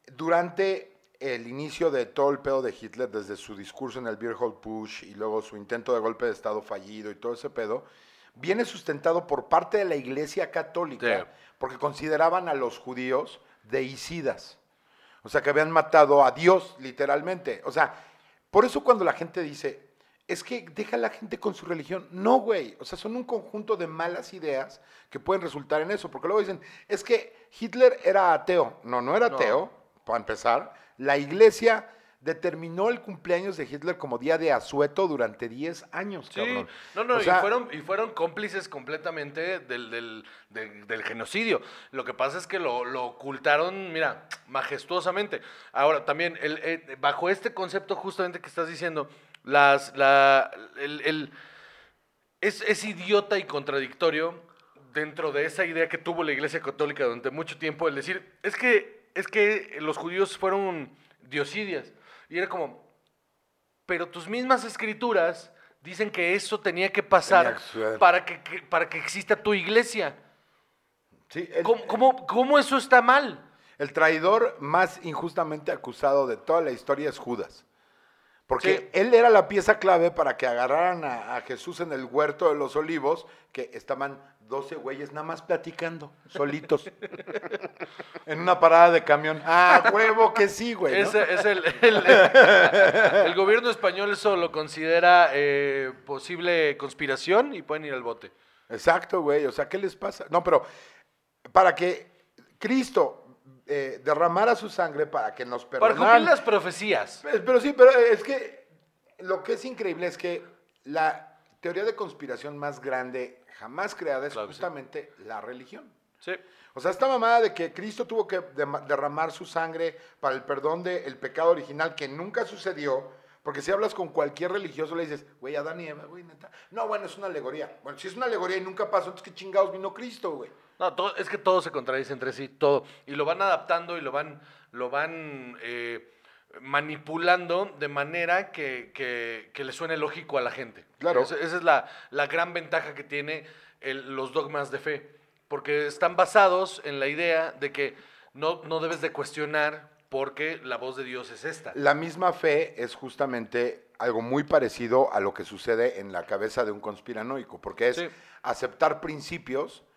durante el inicio de todo el pedo de Hitler, desde su discurso en el Bierholzputsch y luego su intento de golpe de Estado fallido y todo ese pedo, viene sustentado por parte de la Iglesia Católica, Sí. porque consideraban a los judíos deicidas. O sea, que habían matado a Dios, literalmente. O sea, por eso cuando la gente dice, es que deja a la gente con su religión. No, güey. O sea, son un conjunto de malas ideas que pueden resultar en eso. Porque luego dicen, es que Hitler era ateo. No, no era No. ateo, para empezar. La Iglesia determinó el cumpleaños de Hitler como día de asueto durante diez años, Sí, cabrón. no, no, O sea, y, fueron, y fueron cómplices completamente del, del, del- del genocidio. Lo que pasa es que lo, lo ocultaron, mira, majestuosamente. Ahora, también, el, eh, bajo este concepto justamente que estás diciendo, las, la, el, el- es, es idiota y contradictorio dentro de esa idea que tuvo la Iglesia Católica durante mucho tiempo, el decir, es que, es que los judíos fueron diosidias. Y era como, pero tus mismas escrituras dicen que eso tenía que pasar Tenía que suceder. para que, que- para que exista tu iglesia. sí, el- ¿Cómo, cómo- cómo eso está mal? El traidor más injustamente acusado de toda la historia es Judas. Porque Sí. él era la pieza clave para que agarraran a, a Jesús en el huerto de los olivos, que estaban doce güeyes nada más platicando, solitos. En una parada de camión. Ah, huevo que sí, güey. ¿no? Es, es el, el- el gobierno español eso lo considera eh, posible conspiración y pueden ir al bote. Exacto, güey. O sea, ¿qué les pasa? No, pero para que Cristo eh, derramara su sangre para que nos Para perdonaran. cumplir las profecías. Pero, pero sí, pero es que lo que es increíble es que la teoría de conspiración más grande jamás creada es Claro que sí. justamente la religión. Sí. O sea, esta mamada de que Cristo tuvo que dema- derramar su sangre para el perdón del pecado original que nunca sucedió, porque si hablas con cualquier religioso le dices, güey, Adán y Eva, güey, neta. No, bueno, es una alegoría. Bueno, si es una alegoría y nunca pasó, entonces qué chingados vino Cristo, güey. No, todo- es que todo se contradice entre sí, todo. Y lo van adaptando y lo van, lo van eh, manipulando de manera que, que- que le suene lógico a la gente. Claro. Esa, esa es la, la gran ventaja que tiene el- los dogmas de fe. Porque están basados en la idea de que no, no debes de cuestionar porque la voz de Dios es esta. La misma fe es justamente algo muy parecido a lo que sucede en la cabeza de un conspiranoico, porque es Sí. aceptar principios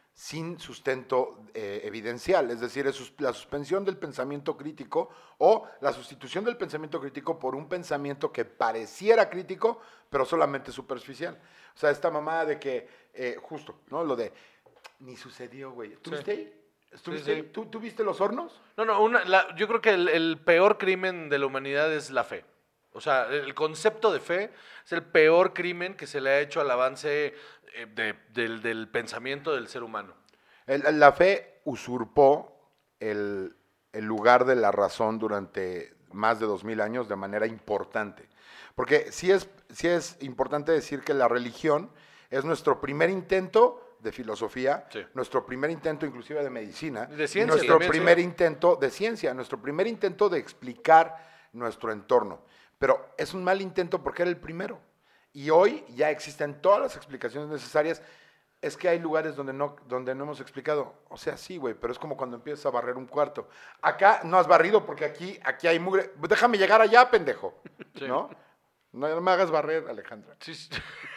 sin sustento eh, evidencial, es decir, es sus- la suspensión del pensamiento crítico o la sustitución del pensamiento crítico por un pensamiento que pareciera crítico, pero solamente superficial. O sea, esta mamada de que, eh, justo, ¿no? Lo de, ni sucedió, güey. ¿Estuviste Sí. ahí? ¿Estuviste Sí, sí. ahí? ¿Tú, ¿Tú viste los hornos? No, no, una- la- yo creo que el, el peor crimen de la humanidad es la fe. O sea, el concepto de fe es el peor crimen que se le ha hecho al avance eh, de- del, del pensamiento del ser humano. El- la fe usurpó el, el lugar de la razón durante más de dos mil años de manera importante. Porque sí es, sí es importante decir que la religión es nuestro primer intento de filosofía, Sí. nuestro primer intento inclusive de medicina, De y ciencia nuestro también, primer sí. intento de ciencia, nuestro primer intento de explicar nuestro entorno. Pero es un mal intento porque era el primero. Y hoy ya existen todas las explicaciones necesarias. Es que hay lugares donde no, donde no hemos explicado. O sea, sí, güey, pero es como cuando empiezas a barrer un cuarto. Acá no has barrido porque aquí, aquí hay mugre. Déjame llegar allá, pendejo. Sí. ¿No? No me hagas barrer, Alejandra. Sí, sí.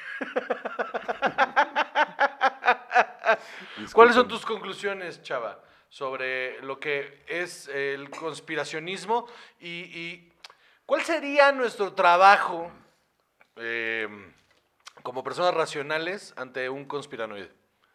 ¿Cuáles son tus conclusiones, Chava, sobre lo que es el conspiracionismo y, y cuál sería nuestro trabajo eh, como personas racionales ante un conspiranoide?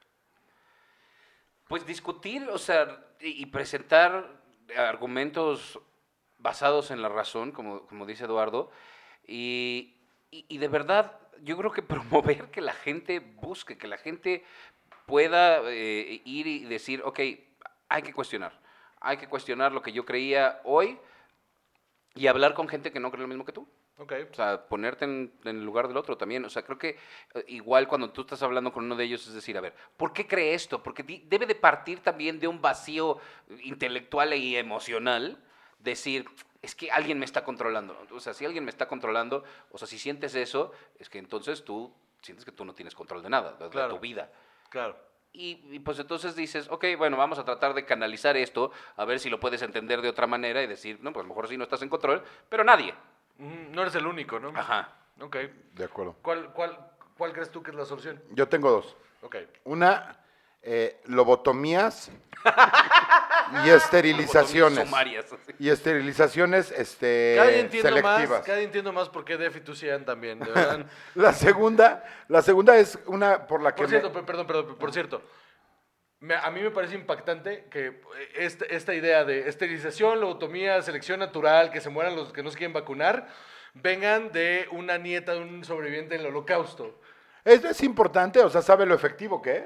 Pues discutir, o sea, y, y presentar argumentos basados en la razón, como, como dice Eduardo, y, y- y de verdad, yo creo que promover que la gente busque, que la gente pueda eh, ir y decir, ok, hay que cuestionar, hay que cuestionar lo que yo creía hoy y hablar con gente que no cree lo mismo que tú. Ok. O sea, ponerte en, en el lugar del otro también. O sea, creo que eh, igual cuando tú estás hablando con uno de ellos es decir, a ver, ¿por qué cree esto? Porque di- debe de partir también de un vacío intelectual y emocional. Decir, es que alguien me está controlando. O sea, si alguien me está controlando, o sea, si sientes eso, es que entonces tú sientes que tú no tienes control de nada, de, de Claro. tu vida. Claro. Y, y pues entonces dices, ok, bueno, vamos a tratar de canalizar esto, a ver si lo puedes entender de otra manera y decir, no, pues a lo mejor sí no estás en control, pero nadie. Ujú, no eres el único, ¿no? Ajá. Ok. De acuerdo. ¿Cuál, cuál, ¿Cuál crees tú que es la solución? Yo tengo dos. Ok. Una, eh, lobotomías y esterilizaciones. Sumarias. así. Y esterilizaciones este, Cada día entiendo selectivas. más, cada día entiendo más por qué Def y tú sean también, de verdad. La segunda, la segunda es una por la que Por me- cierto, per- perdón, perdón, por cierto. me- a mí me parece impactante que eh, esta, esta idea de esterilización, lobotomía, selección natural, que se mueran los que no se quieren vacunar, vengan de una nieta de un sobreviviente del holocausto. es, es importante, o sea, sabe lo efectivo que es.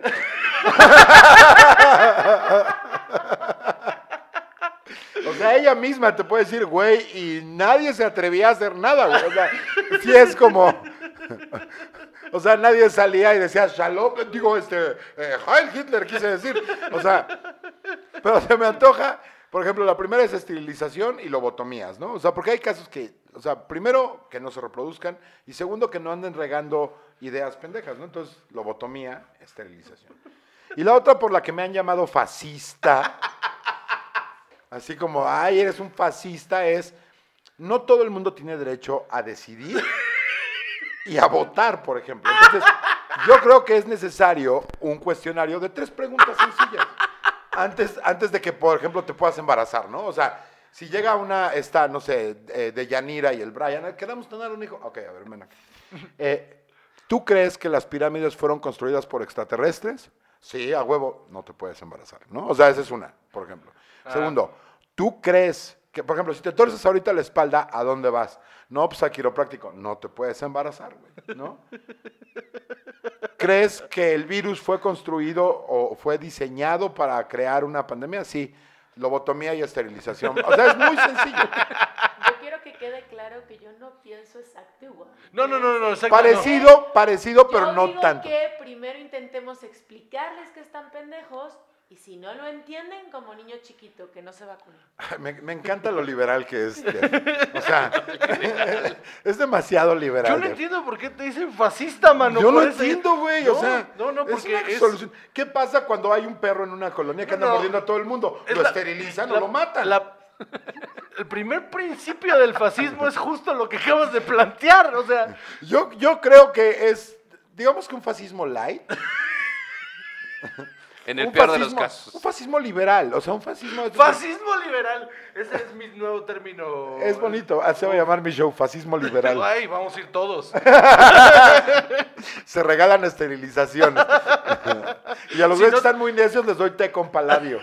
O sea, ella misma te puede decir, güey, y nadie se atrevía a hacer nada, güey. O sea, sí es como... O sea, nadie salía y decía, Shalom, digo, este, eh, Heil Hitler, quise decir. O sea, pero se me antoja, por ejemplo, la primera es esterilización y lobotomías, ¿no? O sea, porque hay casos que, o sea, primero, que no se reproduzcan, y segundo, que no anden regando ideas pendejas, ¿no? Entonces, lobotomía, esterilización. Y la otra por la que me han llamado fascista, así como, ay, eres un fascista, es, no todo el mundo tiene derecho a decidir y a votar, por ejemplo. Entonces, yo creo que es necesario un cuestionario de tres preguntas sencillas. Antes, antes de que, por ejemplo, te puedas embarazar, ¿no? O sea, si llega una, esta, no sé, eh, de Yanira y el Brian, ¿queremos tener un hijo? Ok, a ver, ven aquí. Eh, ¿Tú crees que las pirámides fueron construidas por extraterrestres? Sí, a huevo, no te puedes embarazar, ¿no? O sea, esa es una, por ejemplo. Ah. Segundo, ¿tú crees que, por ejemplo, si te torces ahorita la espalda, ¿a dónde vas? No, pues a quiropráctico. No te puedes embarazar, güey, ¿no? ¿Crees que el virus fue construido o fue diseñado para crear una pandemia? Sí, lobotomía y esterilización. O sea, es muy sencillo. Yo quiero que quede claro que yo no pienso exacto igual. No, no, no, no, exacto. Parecido, parecido, pero Yo no digo tanto. que primero intentemos explicarles que están pendejos y si no lo entienden, como niño chiquito que no se vacuna. Me, me encanta lo liberal que es. Jeff. O sea, es demasiado liberal. Yo no Jeff. entiendo por qué te dicen fascista, mano. Yo no por ese- entiendo, güey. No, O sea, no, no, es porque una es, solución. ¿Qué pasa cuando hay un perro en una colonia que No, anda no. mordiendo a todo el mundo? es ¿Lo la- esterilizan o la- lo matan? la- el primer principio del fascismo es justo lo que acabas de plantear, o sea, Yo, yo creo que es, digamos que un fascismo light. En el un peor de los fascismo- casos. Un fascismo liberal, o sea, un fascismo... Fascismo liberal. Ese es mi nuevo término. Es bonito, así se va a llamar mi show, fascismo liberal. Ay, vamos a ir todos. Se regalan esterilizaciones. Y a los Si güeyes no- que están muy necios les doy té con paladio.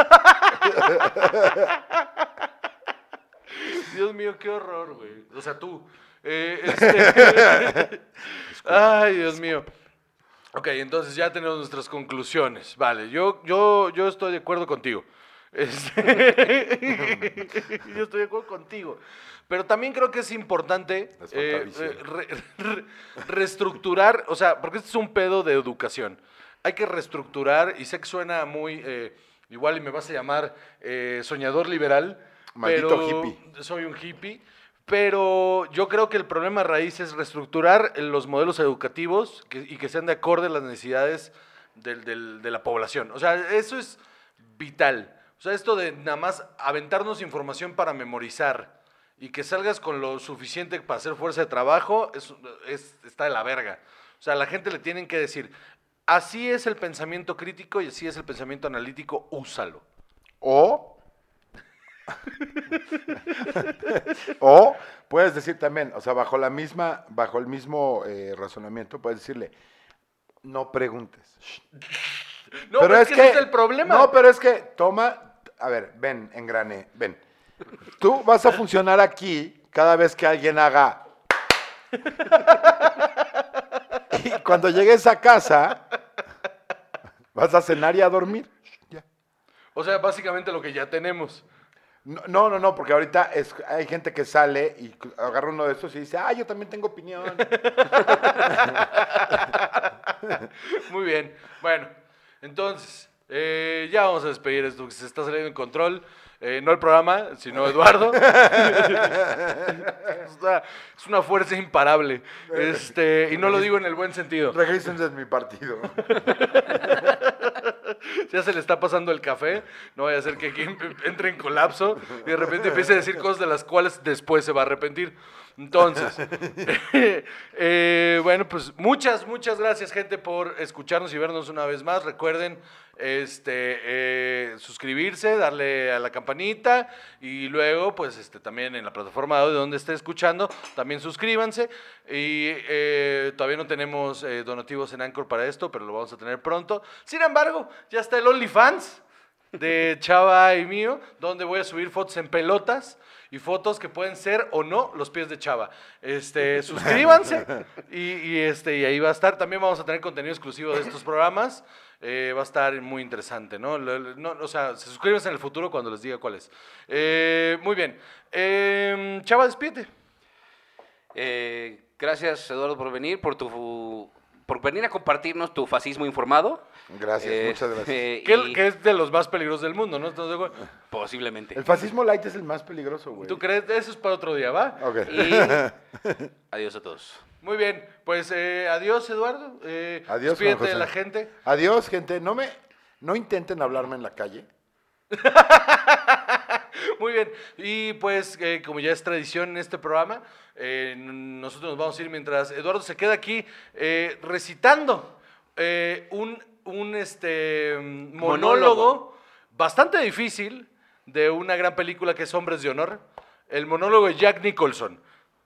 Dios mío, qué horror, güey. O sea, tú. Eh, este... Ay, Dios mío. Ok, entonces ya tenemos nuestras conclusiones. Vale, yo, yo, yo estoy de acuerdo contigo. Este, yo estoy de acuerdo contigo. Pero también creo que es importante Les falta eh, visión. eh, re- re- reestructurar, o sea, porque este es un pedo de educación. Hay que reestructurar, y sé que suena muy, eh, igual y me vas a llamar eh, soñador liberal. Maldito pero hippie. Soy un hippie. Pero yo creo que el problema raíz es reestructurar los modelos educativos que- y que sean de acorde a las necesidades del- del- de la población. O sea, eso es vital. O sea, esto de nada más aventarnos información para memorizar y que salgas con lo suficiente para hacer fuerza de trabajo, es, es- está de la verga. O sea, a la gente le tienen que decir, así es el pensamiento crítico y así es el pensamiento analítico, úsalo. O... o puedes decir también, o sea, bajo la misma, bajo el mismo eh, razonamiento, puedes decirle, no preguntes. Shh. No, pero es que, ese es el problema. No, pero es que toma, a ver, ven, engrane, ven. Tú vas a funcionar aquí cada vez que alguien haga. Y cuando llegues a casa, vas a cenar y a dormir. Ya. O sea, básicamente lo que ya tenemos. No, no, no, no, porque ahorita es, hay gente que sale y agarra uno de estos y dice, ah, yo también tengo opinión. Muy bien. Bueno, entonces, eh, ya vamos a despedir esto que se está saliendo en control. Eh, no el programa, sino Eduardo. es, una, es una fuerza imparable. Este, y no lo digo en el buen sentido. Regístrense en mi partido. Ya se le está pasando el café, no vaya a ser que aquí entre en colapso y de repente empiece a decir cosas de las cuales después se va a arrepentir. Entonces, eh, bueno, pues muchas, muchas gracias, gente, por escucharnos y vernos una vez más. Recuerden este, eh, suscribirse, darle a la campanita y luego, pues este, también en la plataforma de audio donde esté escuchando, también suscríbanse. Y eh, todavía no tenemos eh, donativos en Anchor para esto, pero lo vamos a tener pronto. Sin embargo, ya está el OnlyFans de Chava y mío, donde voy a subir fotos en pelotas y fotos que pueden ser o no los pies de Chava. Este, suscríbanse y, y, este, y ahí va a estar. También vamos a tener contenido exclusivo de estos programas. Eh, va a estar muy interesante, ¿no? Lo- lo- no, o sea, se suscríbanse en el futuro cuando les diga cuál es. Eh, muy bien. Eh, Chava, despídete. Eh, gracias, Eduardo, por venir, por tu por venir a compartirnos tu fascismo informado. Gracias, Eh, muchas gracias. eh, Que, y- que es de los más peligrosos del mundo, ¿no? ¿Estás de acuerdo? Posiblemente. El fascismo light es el más peligroso, güey. ¿Tú crees? Eso es para otro día, ¿va? Ok. Y adiós a todos. Muy bien, pues eh, adiós, Eduardo. Eh, Adiós, Juan despídete de José. la gente. Adiós, gente. No me, no intenten hablarme en la calle. Muy bien, y pues eh, como ya es tradición en este programa, eh, n- nosotros nos vamos a ir mientras Eduardo se queda aquí eh, recitando eh, un, un este, mm, monólogo, Monólogo. bastante difícil de una gran película que es Hombres de Honor, el monólogo de Jack Nicholson.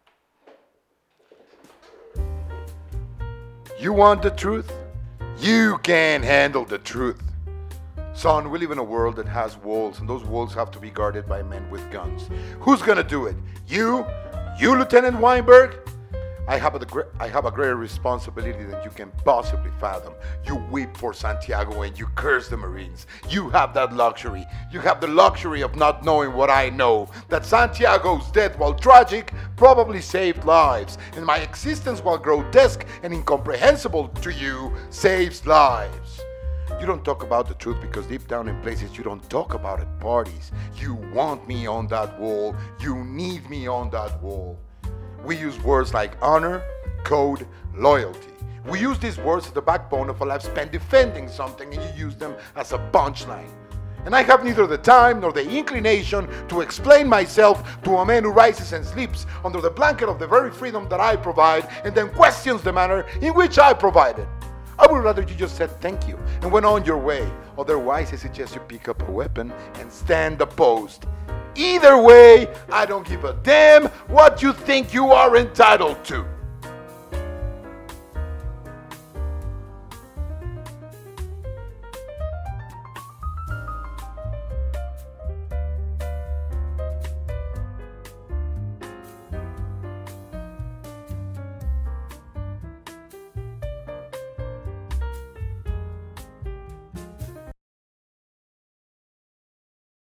You want the truth? You can't handle the truth. Son, we live in a world that has walls, and those walls have to be guarded by men with guns. Who's gonna do it? You? You, Lieutenant Weinberg? I have a, gre- I have a greater responsibility than you can possibly fathom. You weep for Santiago and you curse the Marines. You have that luxury. You have the luxury of not knowing what I know. That Santiago's death, while tragic, probably saved lives. And my existence, while grotesque and incomprehensible to you, saves lives. You don't talk about the truth because deep down in places you don't talk about at parties. You want me on that wall. You need me on that wall. We use words like honor, code, loyalty. We use these words as the backbone of a life spent defending something, and you use them as a punchline. And I have neither the time nor the inclination to explain myself to a man who rises and sleeps under the blanket of the very freedom that I provide and then questions the manner in which I provide it. I would rather you just said thank you and went on your way. Otherwise, I suggest you pick up a weapon and stand the post. Either way, I don't give a damn what you think you are entitled to.